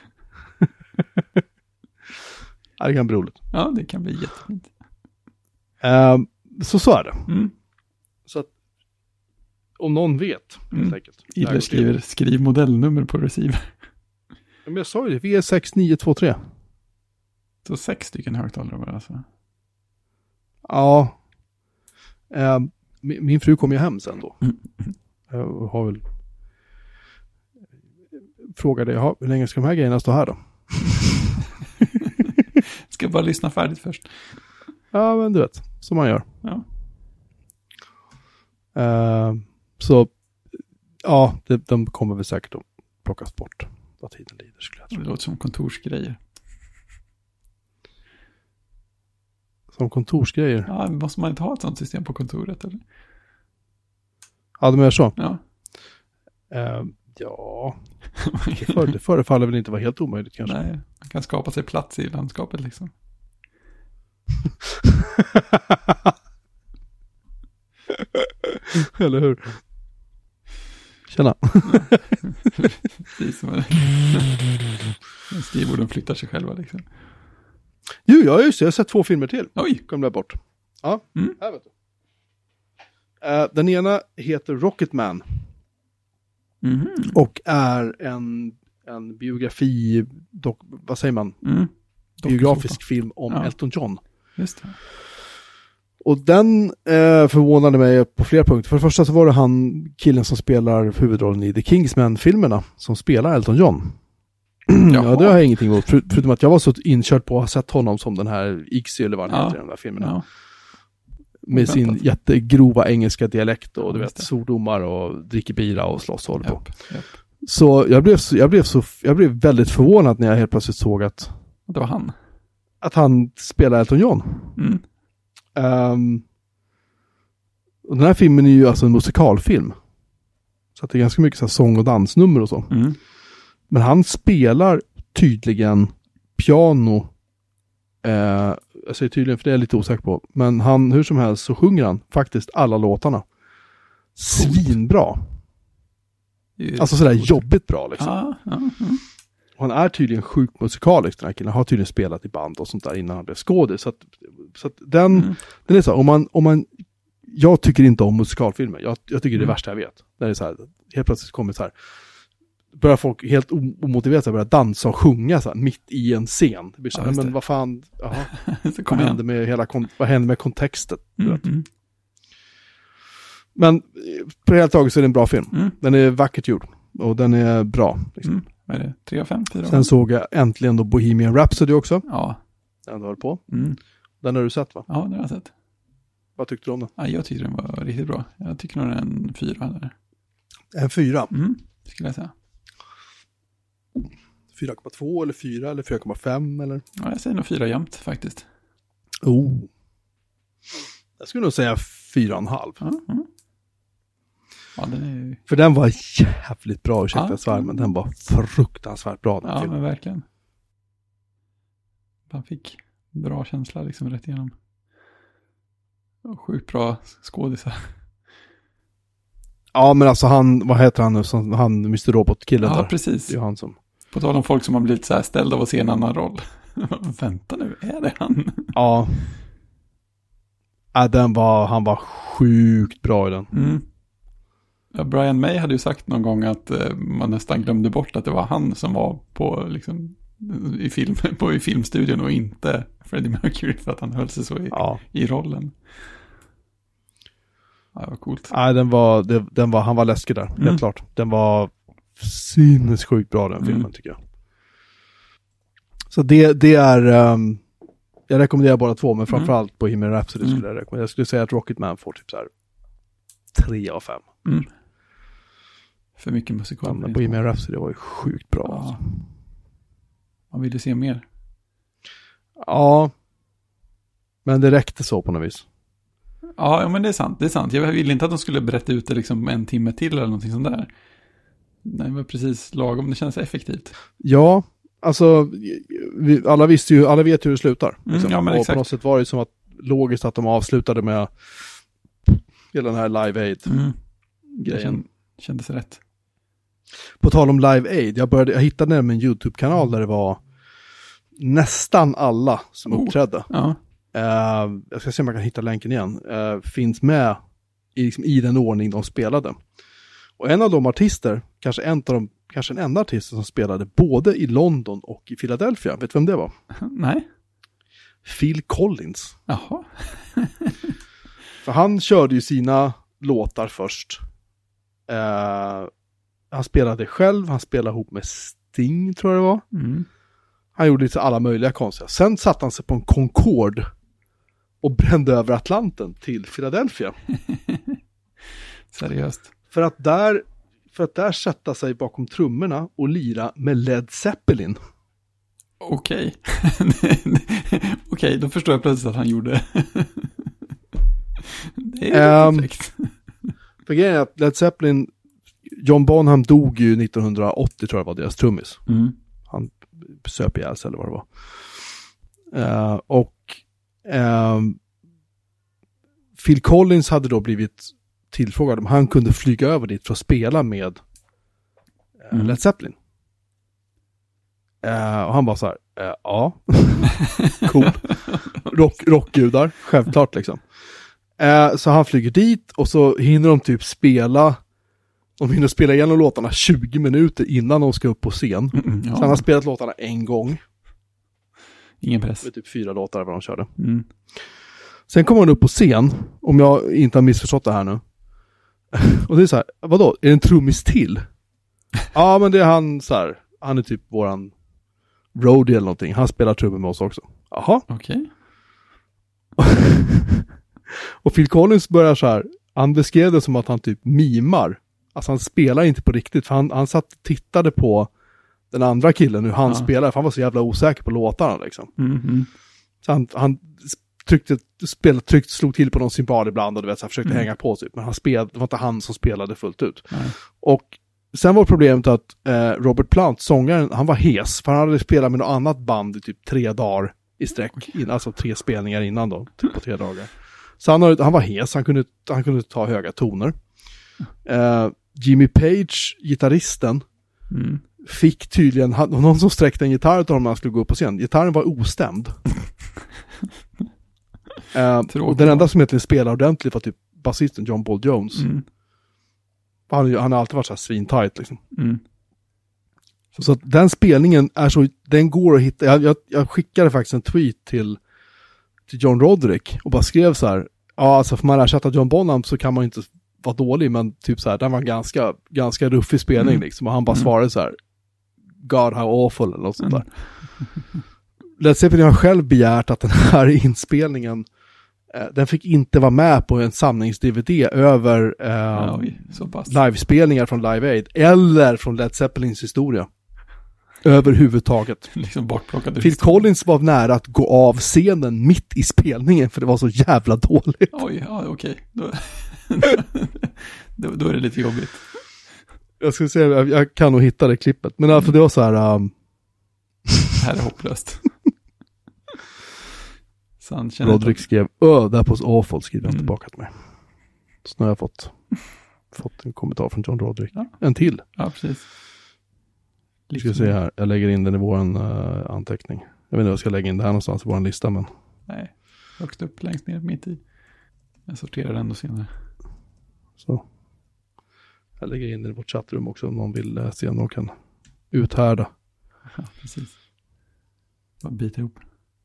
Ja, det kan bli roligt. Ja, det kan bli jättefint. Um, så så är det. Mm. Så att om någon vet, helt mm. enkelt. Idler skriver, skriv modellnummer på receiver. Men jag sa ju det, V S sex nio två tre. Så sex stycken högtalare var det alltså? Ja. Uh, min, min fru kom ju hem sen då. Mm. Jag har väl frågade jag, hur länge ska de här grejerna stå här då? Ska bara lyssna färdigt först. Ja, men du vet, som man gör. Ja. Uh, så ja, det, de kommer väl säkert att plockas bort vad tiden lider, skulle jag tro. Det låter som kontorsgrejer. Som kontorsgrejer? Ja, måste man inte ha ett sånt system på kontoret, eller? Ja, de är så? Ja. Uh, ja, det, för, det förefaller väl inte vara helt omöjligt kanske. Nej, man kan skapa sig plats i landskapet liksom. Eller hur? Tjena. Precis som skrivborden flyttar sig själva liksom. Jo, ja, just det. Jag har sett två filmer till. Oj. Kom där bort. Ja, mm. här vet du. Uh, den ena heter Rocketman. Mm. Och är en, en biografi, dok, vad säger man? Mm. Biografisk film om ja. Elton John. Just det. Och den eh, förvånade mig på flera punkter. För det första så var det han, killen som spelar huvudrollen i The Kingsman-filmerna, som spelar Elton John. Ja, det har jag ingenting emot. För, förutom att jag var så inkörd på att ha sett honom som den här Iggsy eller vad han ja. heter i de där filmerna. Ja. Med sin jättegrova engelska dialekt och ja, du vet, svordomar och dricker bira och slåss och håller på. Japp, japp. Så jag blev, jag, blev så, jag blev väldigt förvånad när jag helt plötsligt såg att det var han. Att han spelar Elton John. Mm. Um, och den här filmen är ju alltså en musikalfilm. Så att det är ganska mycket så här sång- och dansnummer och så. Mm. Men han spelar tydligen piano. Eh, jag säger tydligen för det är jag lite osäker på. Men han, hur som helst så sjunger han faktiskt alla låtarna. Svinbra. Alltså sådär jobbigt bra liksom. Ja, ja, ja. Och han är tydligen sjukt musikalisk, den här killen. Han har tydligen spelat i band och sånt där innan han blev skådis. Så att, så att den, mm. den är så, om man, om man jag tycker inte om musikalfilmer. Jag, jag tycker det är Mm. det värsta jag vet. Där det är så här, helt plötsligt kommer så här, börjar folk helt omotiverat börja dansa och sjunga så här, mitt i en scen. Det blir så här, Ja, just men det. vad fan, jaha, Så vad kom händer igen. med hela, kon- vad händer med kontexten? du Mm, vet? mm, Men eh, på det hela taget så är det en bra film. mm, Den är vackert gjord och den är bra. Liksom. mm. Vad är det? tre av fem? fyra av fem? Sen såg jag äntligen då Bohemian Rhapsody också. Ja. Den du höll på. Mm. Den har du sett, va? Ja, det har jag sett. Vad tyckte du om den? Ja, jag tyckte den var riktigt bra. Jag tycker nog den är en fyra. Där. En fyra. Mm, skulle jag säga. fyra komma två eller fyra eller fyra komma fem eller? Ja, jag säger nog fyra jämnt faktiskt. Oh. Jag skulle nog säga fyra och en halv. Ja, mm. Ja, den är ju... För den var jävligt bra, ursäkta Ja. svär, men den var fruktansvärt bra den Ja, filmen. men verkligen. Man fick bra känsla liksom rätt igenom. Och sjukt bra skådisar. Ja, men alltså han, vad heter han nu, som, han mister Robot-killen Ja, där. precis. Det är ju han som... På tal om folk som har blivit så här ställda av att se en annan roll. Vänta nu, är det han? Ja. Ja, den var, han var sjukt bra i den. Mm. Ja, Brian May hade ju sagt någon gång att eh, man nästan glömde bort att det var han som var på, liksom, i, film, på, i filmstudion och inte Freddie Mercury för att han höll sig så i, Ja. i rollen. Ja, det var coolt. Nej, den var, det, den var, han var läskig där, Mm. helt klart. Den var sinnessjukt bra den filmen, Mm. tycker jag. Så det, det är, um, jag rekommenderar båda två, men framförallt på Bohemian Rhapsody Mm. skulle jag rekommendera. Jag skulle säga att Rocketman får typ så här tre av fem. Mm. För mycket musikal. Men Bohemian Rhapsody var ju sjukt bra. Ja. Alltså. Man ville se mer. Ja, men det räckte så på något vis. Ja, ja, men det är sant. Det är sant. Jag ville inte att de skulle berätta ut det liksom en timme till eller någonting sånt där. Det var precis lagom. Det känns effektivt. Ja, alltså vi, alla visste ju, alla vet hur det slutar. Mm, Liksom. ja, men och exakt. på något sätt var det som att logiskt att de avslutade med hela den här Live Aid-grejen. Mm. Det känd, kändes rätt. På tal om Live Aid, jag, började, jag hittade nämligen en YouTube-kanal där det var nästan alla som Oh. uppträdde. Ja. Uh, jag ska se om jag kan hitta länken igen. Uh, finns med i, liksom, i den ordning de spelade. Och en av de artister, kanske en av de, kanske en enda artist som spelade både i London och i Philadelphia. Vet du vem det var? Nej. Phil Collins. Jaha. För han körde ju sina låtar först. Uh, han spelade själv, han spelade ihop med Sting, tror jag det var. Mm. Han gjorde lite alla möjliga konstiga. Sen satte han sig på en Concorde och brände över Atlanten till Philadelphia. Seriöst. För att där för att där sätta sig bakom trummorna och lira med Led Zeppelin. Okej. Okej, då förstår jag plötsligt att han gjorde. Det är um, perfekt. För grejen är att Led Zeppelin, John Bonham dog ju nittonhundraåttio, tror jag var deras trummis. Mm. Han söp ihjäl sig eller vad det var. Uh, och um, Phil Collins hade då blivit tillfrågad om han kunde flyga över dit för att spela med uh, Mm. Led Zeppelin. Uh, och han var så här, uh, ja, cool. Rock, rockgudar, självklart liksom. Uh, så han flyger dit och så hinner de typ spela, de hinner spela igenom låtarna tjugo minuter innan de ska upp på scen. Mm, ja. Så han har spelat låtarna en gång. Ingen press. Med typ fyra låtar vad de körde. Mm. Sen kommer han upp på scen, om jag inte har missförstått det här nu. Och det är så här, vadå? Är det en trummis till? Ja, men det är han så här, han är typ våran roadie eller någonting. Han spelar trummor med oss också. Jaha. Okej. Och Phil Collins börjar så här, han beskrev det som att han typ mimar. Alltså han spelar inte på riktigt, för han, han satt och tittade på den andra killen hur han Ja. spelar, för han var så jävla osäker på låtarna liksom. Mm, mm. Så han, han tryckte, spelade, tryckte, slog till på någon symbol ibland och du vet, så han försökte Mm. hänga på typ. Men han spelade, det var inte han som spelade fullt ut. Nej. Och sen var problemet att eh, Robert Plant, sångaren, han var hes. För han hade spelat med något annat band i typ tre dagar i sträck. In, alltså tre spelningar innan då, typ på tre dagar. Så han, han var hes, han kunde, han kunde ta höga toner. Eh, Jimmy Page, gitarristen, Mm. fick tydligen, han, någon som sträckte en gitarr till honom när han skulle gå upp på scen. Gitarren var ostämd. uh, och den enda som egentligen spelade ordentligt var typ basisten John Paul Jones. Mm. Han, han har alltid varit så här svintajt liksom. Mm. Så, så att den spelningen är så, den går att hitta. Jag, jag, jag skickade faktiskt en tweet till, till John Roderick och bara skrev så här, ja alltså för man ersätta John Bonham så kan man inte vara dålig, men typ så här, den var ganska, ganska ruffig spelning mm. liksom, och han bara mm. svarade så här, God how awful eller något sånt där. Mm. Led Zeppelin har själv begärt att den här inspelningen eh, den fick inte vara med på en samlings-D V D över eh, Oj, så pass. livespelningar från Live Aid eller från Led Zeppelins historia. Överhuvudtaget. Liksom bortplockade. Phil Collins var nära att gå av scenen mitt i spelningen för det var så jävla dåligt. Oj, ja okej. Då, då, då är det lite jobbigt. Jag ska säga, jag, jag kan nog hitta det klippet. Men alltså det var så här... Um... Det här är hopplöst. Roderick skrev, oh, that was awful, skriver han mm. tillbaka till mig. Så nu har jag fått, fått en kommentar från John Roderick. Ja. En till. Ja, precis. Vi ska se här, jag lägger in den i vår uh, anteckning. Jag vet inte om jag ska lägga in det här någonstans i vår lista, men... Nej, högst upp, längst ner mitt i. Jag sorterar den då senare. Så. Jag lägger in den i vårt chattrum också om någon vill uh, se om någon kan uthärda. Ja, precis. Bara bita ihop.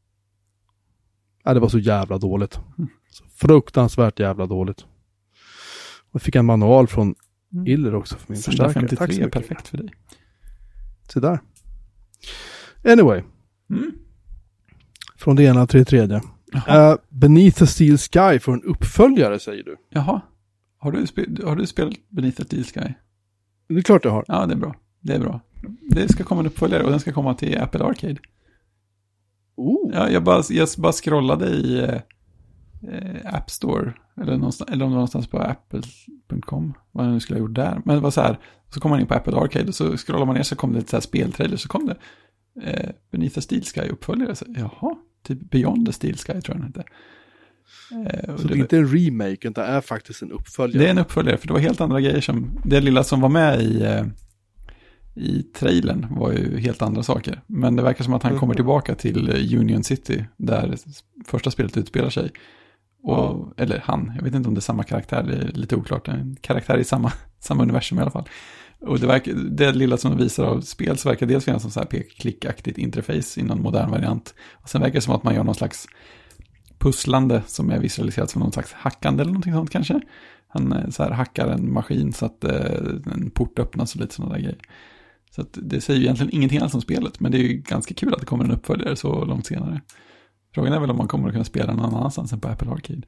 Ja, det var så jävla dåligt. Mm. Så fruktansvärt jävla dåligt. Och jag fick en manual från mm. Iller också för min förstärkare. femtiotre Tack så mycket. Perfekt för dig. Så där. Anyway. Mm. Från det ena till det tredje. Uh, Beneath a Steel Sky får en uppföljare, säger du. Jaha. Har du, spe- har du spelat Beneath a Steel Sky? Det är klart jag har. Ja, det är bra. Det är bra. Det ska komma en uppföljare och den ska komma till Apple Arcade. Oh. Ja, jag, bara, jag bara scrollade i eh, App Store eller, någonstans, eller om det var någonstans på apple punkt com, vad jag nu skulle ha gjort där. Men det var så här, så kom man in på Apple Arcade och så scrollar man ner så kom det ett så här speltrailer, så kom det eh, Beneath a Steel Sky uppföljare. Så, jaha, typ Beyond the Steel Sky tror jag den hette. Eh, så det är inte en remake, utan det är faktiskt en uppföljare? Det är en uppföljare, för det var helt andra grejer som, det lilla som var med i... Eh, i trailern var ju helt andra saker. Men det verkar som att han kommer tillbaka till Union City där första spelet utspelar sig. Och, mm. Eller han, jag vet inte om det är samma karaktär, det är lite oklart. En karaktär i samma, samma universum i alla fall. Och det, verkar, det lilla som de visar av spel så verkar dels finnas som så här pek-klickaktigt interface i någon modern variant. Och sen verkar det som att man gör någon slags pusslande som är visualiserat som någon slags hackande eller någonting sånt kanske. Han så här hackar en maskin så att eh, en port öppnas och lite sådana där grejer. Så att det säger ju egentligen ingenting alls om spelet, men det är ju ganska kul att det kommer en uppföljare så långt senare. Frågan är väl om man kommer att kunna spela någon annanstans än på Apple Arcade.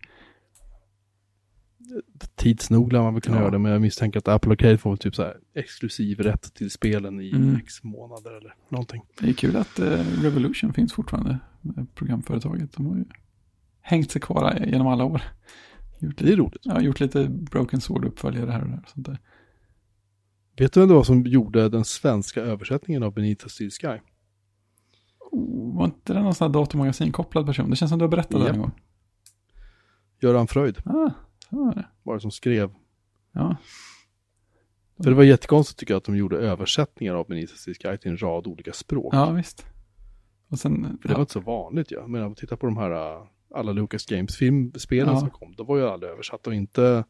Tidsnog lär man väl kunna ja. göra det, men jag misstänker att Apple Arcade får typ så här exklusiv rätt till spelen i mm. x månader eller någonting. Det är kul att uh, Revolution finns fortfarande, programföretaget. De har ju hängt sig kvar genom alla år. Gjort, det är roligt. Ja, gjort lite Broken Sword-uppföljare här och där. Och sånt där. Vet du vem det var som gjorde den svenska översättningen av Beneath a Steel Sky? Oh, var inte det någon sån här datormagasin-kopplad person? Det känns som du har berättat det en gång. Göran Fröjd. Ah, så var det. Var det som skrev. Ja. För det var jättekonstigt tycker jag att de gjorde översättningar av Beneath a Steel Sky till en rad olika språk. Ja, visst. Och sen, För det ja. var inte så vanligt, ja. Men om man tittar på de här alla Lucas Games filmspelen ja. som kom, då var ju aldrig översatt och inte...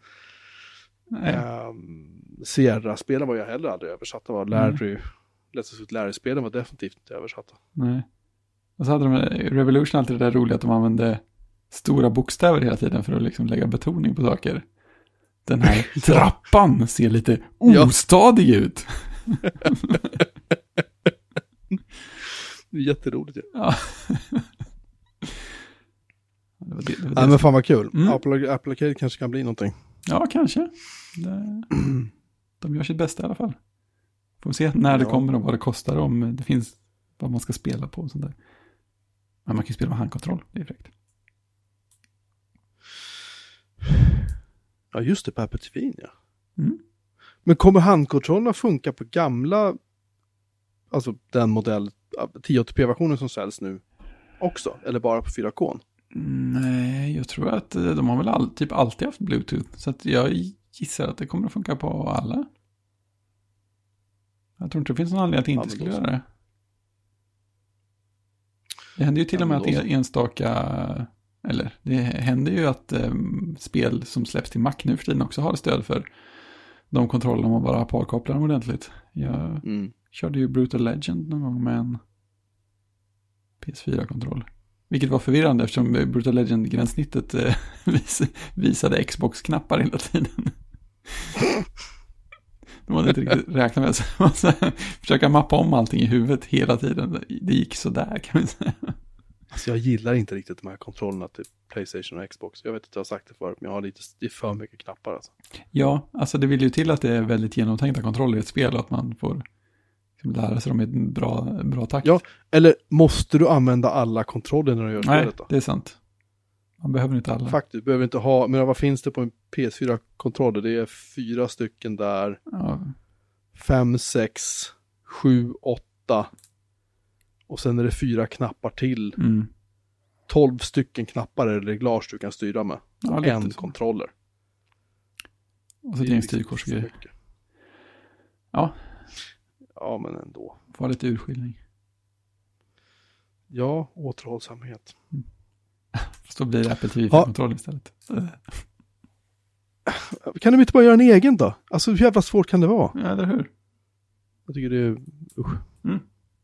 Um, Sierra-spelen var jag heller aldrig översatta. Var Larry, mm. Let's ut Larry-spelen var definitivt inte översatta. Nej. Och så hade de Revolution alltid det där roliga att de använde stora bokstäver hela tiden för att liksom lägga betoning på saker. Den här trappan ser lite ostadig ut. Det är jätteroligt. Ja. Det var det, det var det. Nej, men fan vad kul. Mm. Apple, Apple Arcade kanske kan bli någonting. Ja, kanske. Det, de gör sitt bästa i alla fall. Får se när ja. det kommer och vad det kostar, om det finns vad man ska spela på och sånt där. Men man kan ju spela med handkontroll, det är fräckt. Ja, just det, på Apple T V, ja. Mm. Men kommer handkontrollerna funka på gamla, alltså den modell, tio åttio p-versionen som säljs nu också? Eller bara på fyra K? Nej, jag tror att de har väl all, typ alltid haft Bluetooth. Så att jag gissar att det kommer att funka på alla. Jag tror inte det finns någon anledning att det inte ja, skulle göra det. Det händer ju till ja, och med att enstaka eller det händer ju att eh, spel som släpps till Mac nu för tiden också har stöd för de kontrollerna man bara parkopplar dem ordentligt. Jag mm. körde ju Brutal Legend någon gång med en P S fyra-kontroll. Vilket var förvirrande eftersom Brutal Legend-gränssnittet eh, vis, visade Xbox-knappar hela tiden. De hade inte riktigt räknat med att försöka mappa om allting i huvudet hela tiden. Det gick så där kan man säga. Alltså jag gillar inte riktigt de här kontrollerna till PlayStation och Xbox. Jag vet inte, jag har sagt det förut, men jag har lite, det är för mycket knappar alltså. Ja, alltså det vill ju till att det är väldigt genomtänkta kontroller i ett spel och att man får liksom lära sig dem i en bra, bra takt. Ja, eller måste du använda alla kontroller när du gör spelet då? Nej, det är sant. Man behöver inte alla. Faktiskt, du behöver inte ha, men vad finns det på en P S fyra-kontroller? Det är fyra stycken där. Ja. Fem, sex, sju, åtta. Och sen är det fyra knappar till. Mm. Tolv stycken knappar eller reglage du kan styra med. Ja, en kontroller. Och så är det en styrkors och grejer. Ja. Ja, men ändå. Var lite urskiljning. Ja, återhållsamhet. Mm. Fast då blir det Apple T V för-kontroll istället. Kan du inte bara göra en egen då? Alltså hur jävla svårt kan det vara? Ja, eller hur? Jag tycker det är... Usch. Mm.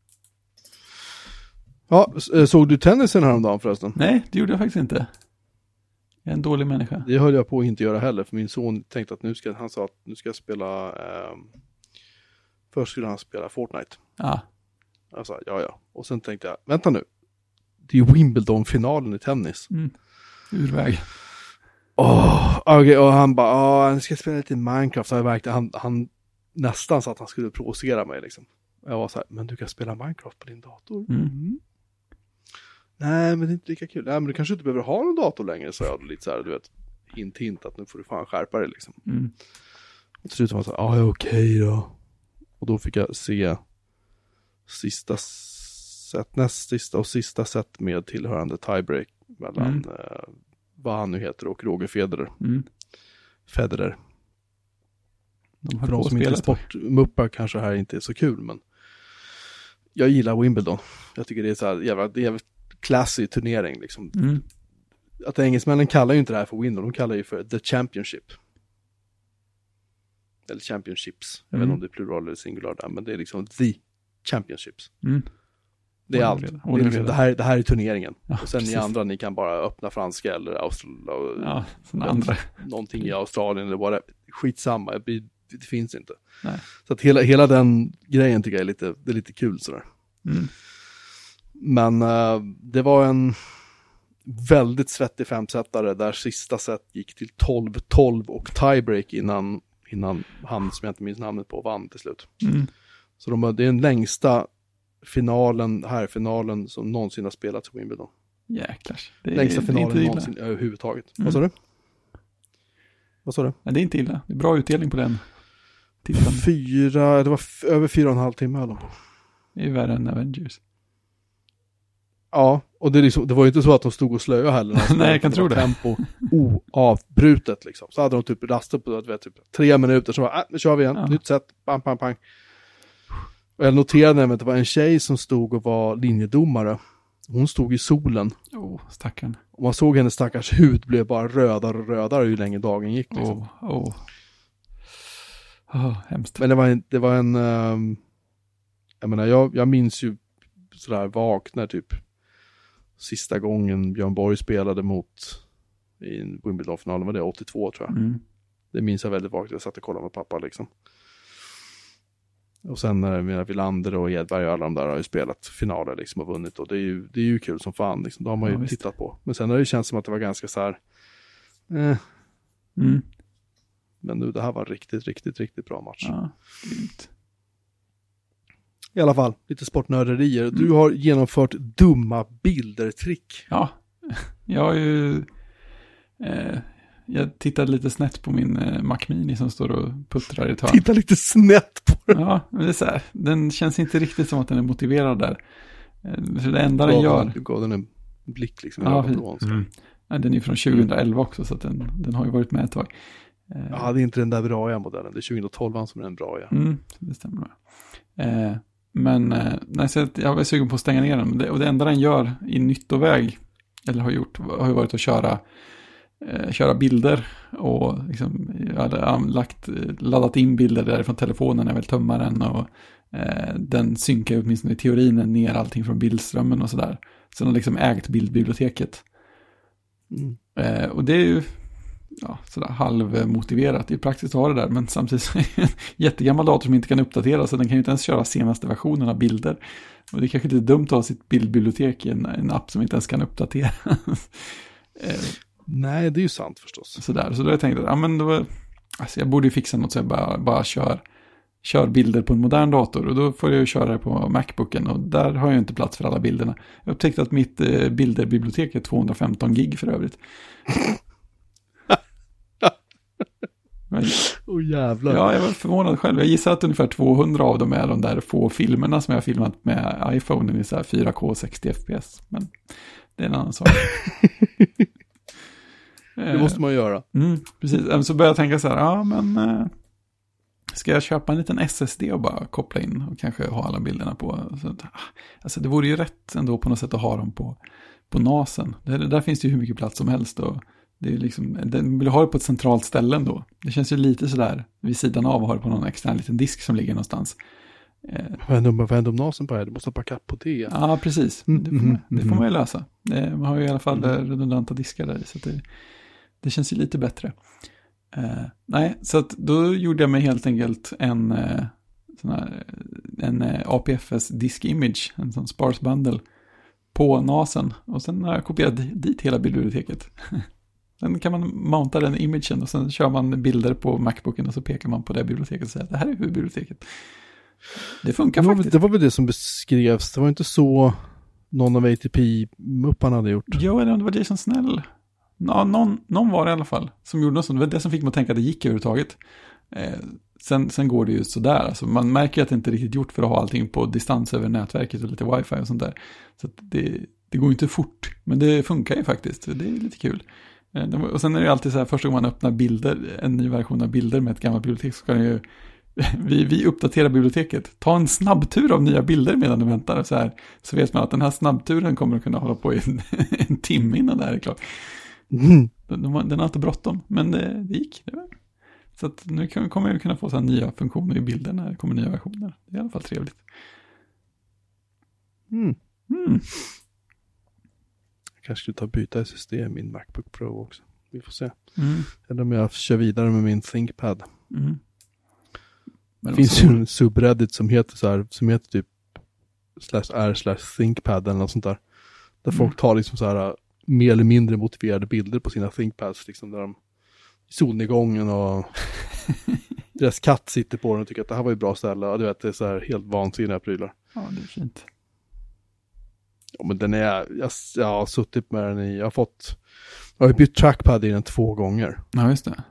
Ja, såg du tennisen häromdagen förresten? Nej, det gjorde jag faktiskt inte. Jag är en dålig människa. Det höll jag på att inte göra heller, för min son tänkte att nu ska, han sa att nu ska jag spela, eh, först skulle han spela Fortnite. Ja. Jag sa, ja ja. Och sen tänkte jag, vänta nu. Det är Wimbledon-finalen i tennis. Mm. Urväg. Oh, okay, och han bara, ja, han ska spela lite Minecraft. Så jag märkte, han, han nästan så att han skulle provocera mig liksom. Jag var så här, men du kan spela Minecraft på din dator. Mm. Mm. Nej, men det är inte lika kul. Nej, men du kanske inte behöver ha någon dator längre, så jag lite så här, du vet, hint hint att nu får du fan skärpa dig liksom. Mm. Och till slut var jag så här, ja, okej då. Och då fick jag se sista set, näst sista och sista set med tillhörande tiebreak mellan mm. eh, vad han nu heter och Roger Federer. Mm. Federer. De För de som inte är sportmuppar kanske här inte är så kul, men jag gillar Wimbledon. Jag tycker det är så här jävla, det är en classy turnering liksom. Mm. Att engelsmännen kallar ju inte det här för Wimbledon, de kallar ju för The Championship. Eller Championships. Jag mm. vet inte om det är plural eller singular där, men det är liksom The Championships. Mm. Det är allt. Det, är liksom, det, här, det här är turneringen. Ja, och sen precis. ni andra, ni kan bara öppna franska eller Australien. Ja, andra. Någonting i Australien eller bara skitsamma. Det, blir, det finns inte. Nej. Så att hela, hela den grejen tycker jag är lite, det är lite kul sådär. Mm. Men uh, det var en väldigt svettig femsättare där sista set gick till tolv tolv och tiebreak innan, innan han som jag inte minns namnet på vann till slut. Mm. Så de, det är den längsta finalen, här finalen som någonsin har spelats på Wimbledon. Jäklar. Det är, längsta det finalen är någonsin överhuvudtaget. Mm. Vad sa du? Vad sa du? Nej, det är inte illa. Det är bra utdelning på den. Tittan. Fyra, det var f- över fyra och en halv timme höll de på. Det är ju värre än Avengers. Ja, och det, är liksom, det var ju inte så att de stod och slöade heller. Nej, jag kan tro det. Tempo oavbrutet liksom. Så hade de typ rastat på vet, typ, tre minuter. Så var äh, nu kör vi igen. Ja. Nytt sätt. Bam, bam, bang. Och jag noterade att det var en tjej som stod och var linjedomare. Hon stod i solen. Åh, oh, stackarn. Och man såg hennes stackars hud blev bara rödare och rödare ju längre dagen gick. Liksom. Åh, oh, oh. oh, hemskt. Men det var en, det var en um, jag menar, jag, jag minns ju sådär vagt när typ sista gången Björn Borg spelade mot i en Wimbledon-finalen, var det åttiotvå tror jag. Mm. Det minns jag väldigt vagt. Jag satt och kollade med pappa liksom. Och sen när mina Wilander och Edberg och alla de där har ju spelat finaler liksom och vunnit. Och det är ju, det är ju kul som fan liksom. Det har man ju ja, tittat på. Men sen har det ju känts som att det var ganska så här eh. mm. Men nu, det här var en riktigt, riktigt, riktigt bra match. Ja, grymt. I alla fall, lite sportnörderier. Du har genomfört dumma bilder-trick. Ja, jag har ju... Eh, jag tittade lite snett på min eh, Mac Mini som står och puttrar i ett hörn. Titta lite snett på den. Ja, men det är så här. Den känns inte riktigt som att den är motiverad där. Eh, för det enda den gör... Du gav den en blick liksom. Ja, mm. Ja, den är från tjugoelva också, så att den, den har ju varit med ett tag. Eh, ja, det är inte den där bra modellen. Det är tjugotolv som är den bra. Ja. Mm, det stämmer. Eh, Men eh, nej, så jag var sugen på att stänga ner den. Och det enda den gör i nyttoväg eller har gjort, har ju varit att köra, eh, köra bilder och liksom, jag hade lagt, laddat in bilder därifrån telefonen när jag vill tömma den och eh, den synkar åtminstone i teorin ner allting från bildströmmen och sådär. Så den har liksom ägt bildbiblioteket. Mm. Eh, och det är ju ja, sådär halvmotiverat. Det är praktiskt att ha det där, men samtidigt är det en jättegammal dator som inte kan uppdateras, så den kan ju inte ens köra senaste versionen av bilder. Och det är kanske inte dumt att ha sitt bildbibliotek i en, en app som inte ens kan uppdateras. eh, Nej, det är ju sant förstås. Sådär, så då har jag tänkt att ja, men då, alltså jag borde ju fixa något så jag bara, bara kör, kör bilder på en modern dator, och då får jag ju köra det på MacBooken, och där har jag inte plats för alla bilderna. Jag upptäckte att mitt eh, bilderbibliotek är tvåhundrafemton gig för övrigt. Åh oh, jävlar. Ja, jag var förvånad själv. Jag gissar att ungefär tvåhundra av dem är de där få filmerna som jag har filmat med iPhone i så här fyra K sextio F P S. Men det är en annan sak. Det måste man göra. Mm, precis. Så började jag tänka så här, ja men ska jag köpa en liten S S D och bara koppla in och kanske ha alla bilderna på. Så, alltså det vore ju rätt ändå på något sätt att ha dem på, på nasen. Det, där finns det ju hur mycket plats som helst och det är liksom, den vill ha det på ett centralt ställe ändå. Det känns ju lite sådär vid sidan av att ha det på någon extern liten disk som ligger någonstans. Vänd om, vänd om nasen på det, du måste ha backup på det. Ja, precis. Det får man, det får man ju lösa. Man har ju i alla fall mm. redundanta diskar där, så det, det känns ju lite bättre. Uh, nej, så att då gjorde jag mig helt enkelt en, uh, sån här, en uh, A P F S disk image, en sån sparse bundle på nasen. Och sen har jag kopierat dit hela biblioteket. Sen kan man mounta den imagen och sen kör man bilder på MacBooken och så pekar man på det biblioteket och säger att det här är huvudbiblioteket. Det funkar det var, faktiskt. Det var väl det som beskrevs. Det var inte så någon av A T P-mupparna hade gjort. Jo, eller om det var Jason Snell. Ja, någon, någon var det i alla fall som gjorde något sånt. Det var det som fick mig att tänka att det gick överhuvudtaget. Eh, sen, sen går det ju sådär. Alltså, man märker att det inte är riktigt gjort för att ha allting på distans över nätverket och lite wifi och sånt där. Så att det, det går inte fort. Men det funkar ju faktiskt. Det är lite kul. Eh, och sen är det ju alltid så här, första gången man öppnar bilder, en ny version av bilder med ett gammalt bibliotek, så ska den ju Vi, vi uppdaterar biblioteket. Ta en snabbtur av nya bilder medan du väntar. Så, här, så vet man att den här snabbturen kommer att kunna hålla på i en, en timme innan det här är klart. Mm. Den, den har inte bråttom, men det, det gick. Det var. Så att nu kan, kommer jag kunna få så här nya funktioner i bilder när det kommer nya versioner. Det är i alla fall trevligt. Mm. Mm. Jag kanske skulle ta och byta S S D i min MacBook Pro också. Vi får se. Mm. Eller om jag kör vidare med min ThinkPad. Mm. Det finns ju en subreddit som heter så här, som heter typ slash r slash thinkpad eller något sånt där. Där mm. folk tar liksom så här mer eller mindre motiverade bilder på sina thinkpads, liksom där de i solnedgången och deras katt sitter på den och tycker att det här var ju bra ställe. Och du vet, det är så här helt vansinniga prylar. Ja, det är fint. Ja, men den är, jag, jag har suttit med den i, jag har fått, jag har bytt trackpad i den två gånger. Ja, just det.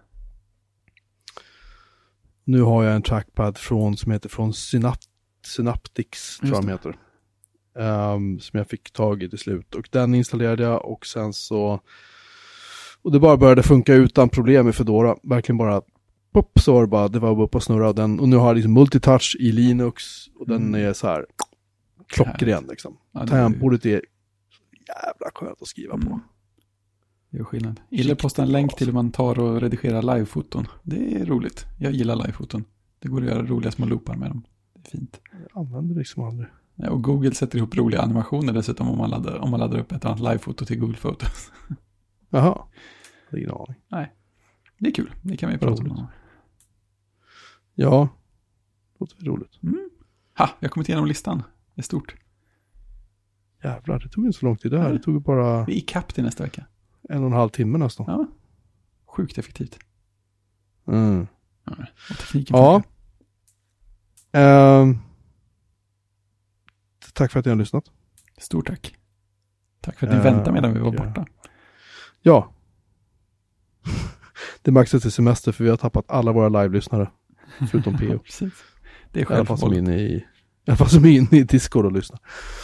Nu har jag en trackpad från, som heter från Synapt, Synaptics, tror jag de heter. Um, som jag fick tag i till slut. Och den installerade jag och sen så, och det bara började funka utan problem i Fedora. Verkligen bara, pop, så var det bara, det var bara upp och snurra. Och, den, och nu har jag liksom multitouch i Linux och mm. den är så här klockren liksom. Ja, tangentbordet är jävla skönt att skriva mm. på. Det är skillnad. Gillar posta en länk till hur man tar och redigerar livefoton. Det är roligt. Jag gillar livefoton. Det går att göra roliga små loopar med dem. Det är fint. Jag använder det liksom aldrig. Ja, och Google sätter ihop roliga animationer dessutom om man laddar, om man laddar upp ett annat livefoto till Google Photos. Jaha. Det är ingen aning. Nej. Det är kul. Det kan vi prata roligt. om. Ja. Det låter roligt. Mm. Ha, jag har kommit igenom listan. Det är stort. Jävlar, det tog inte så lång tid där. Det tog bara... Vi är i kapp till nästa vecka. En och en halv timme nästan. Ja. Sjukt effektivt. Mm. Ja. Och tekniken ja. Uh, tack för att ni har lyssnat. Stort tack. Tack för att ni uh, väntade medan vi var borta. Ja. Det märks till semester för vi har tappat alla våra live-lyssnare. Förutom P O. Precis. Det är självfallet. I alla fall som är inne i, i, alla fall som är inne i Discord och lyssnar.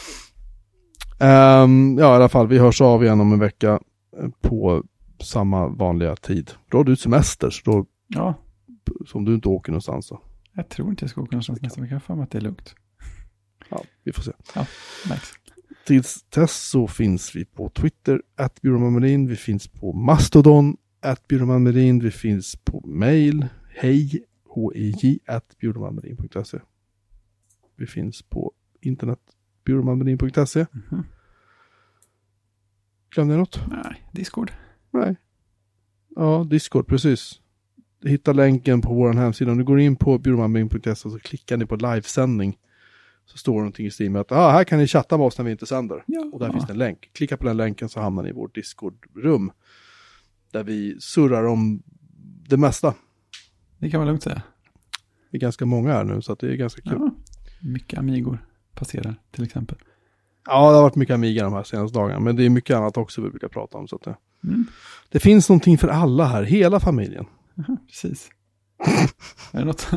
Um, ja, i alla fall. Vi hörs av igen om en vecka på samma vanliga tid. Då har du semester, så då, ja. Som du inte åker någonstans så. Jag tror inte jag ska åka någonstans nästa vecka, för mig att det är lugnt. Ja, vi får se. Ja, nice. tills dess så finns vi på Twitter, at byråmanmelin. Vi finns på Mastodon, at byråmanmelin. Vi finns på mail, hej, h-e-j, at byråmanmelin punkt se. Vi finns på internet, byråmanmelin punkt se. Mm-hmm. Glömde jag något? Nej, Discord. Nej. Ja, Discord, precis. Hitta länken på vår hemsida. Om du går in på byråmanmelin punkt se så klickar ni på livesändning. Så står det någonting i stil med att ah, här kan ni chatta med oss när vi inte sänder. Ja. Och där finns det en länk. Klicka på den länken så hamnar ni i vårt Discord-rum. Där vi surrar om det mesta. Det kan man lugnt säga. Vi är ganska många här nu så att det är ganska kul. Ja, mycket Amigor passerar till exempel. Ja, det har varit mycket Amiga de här senaste dagarna. Men det är mycket annat också vi brukar prata om. Så att det, mm. det finns någonting för alla här. Hela familjen. Aha, precis. Är det något?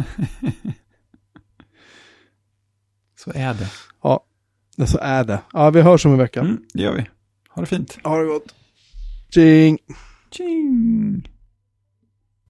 Så är det. Ja, så är det. Ja, vi hörs om en vecka. Mm, det gör vi. Ha det fint. Ha det gott. Tjing! Tjing!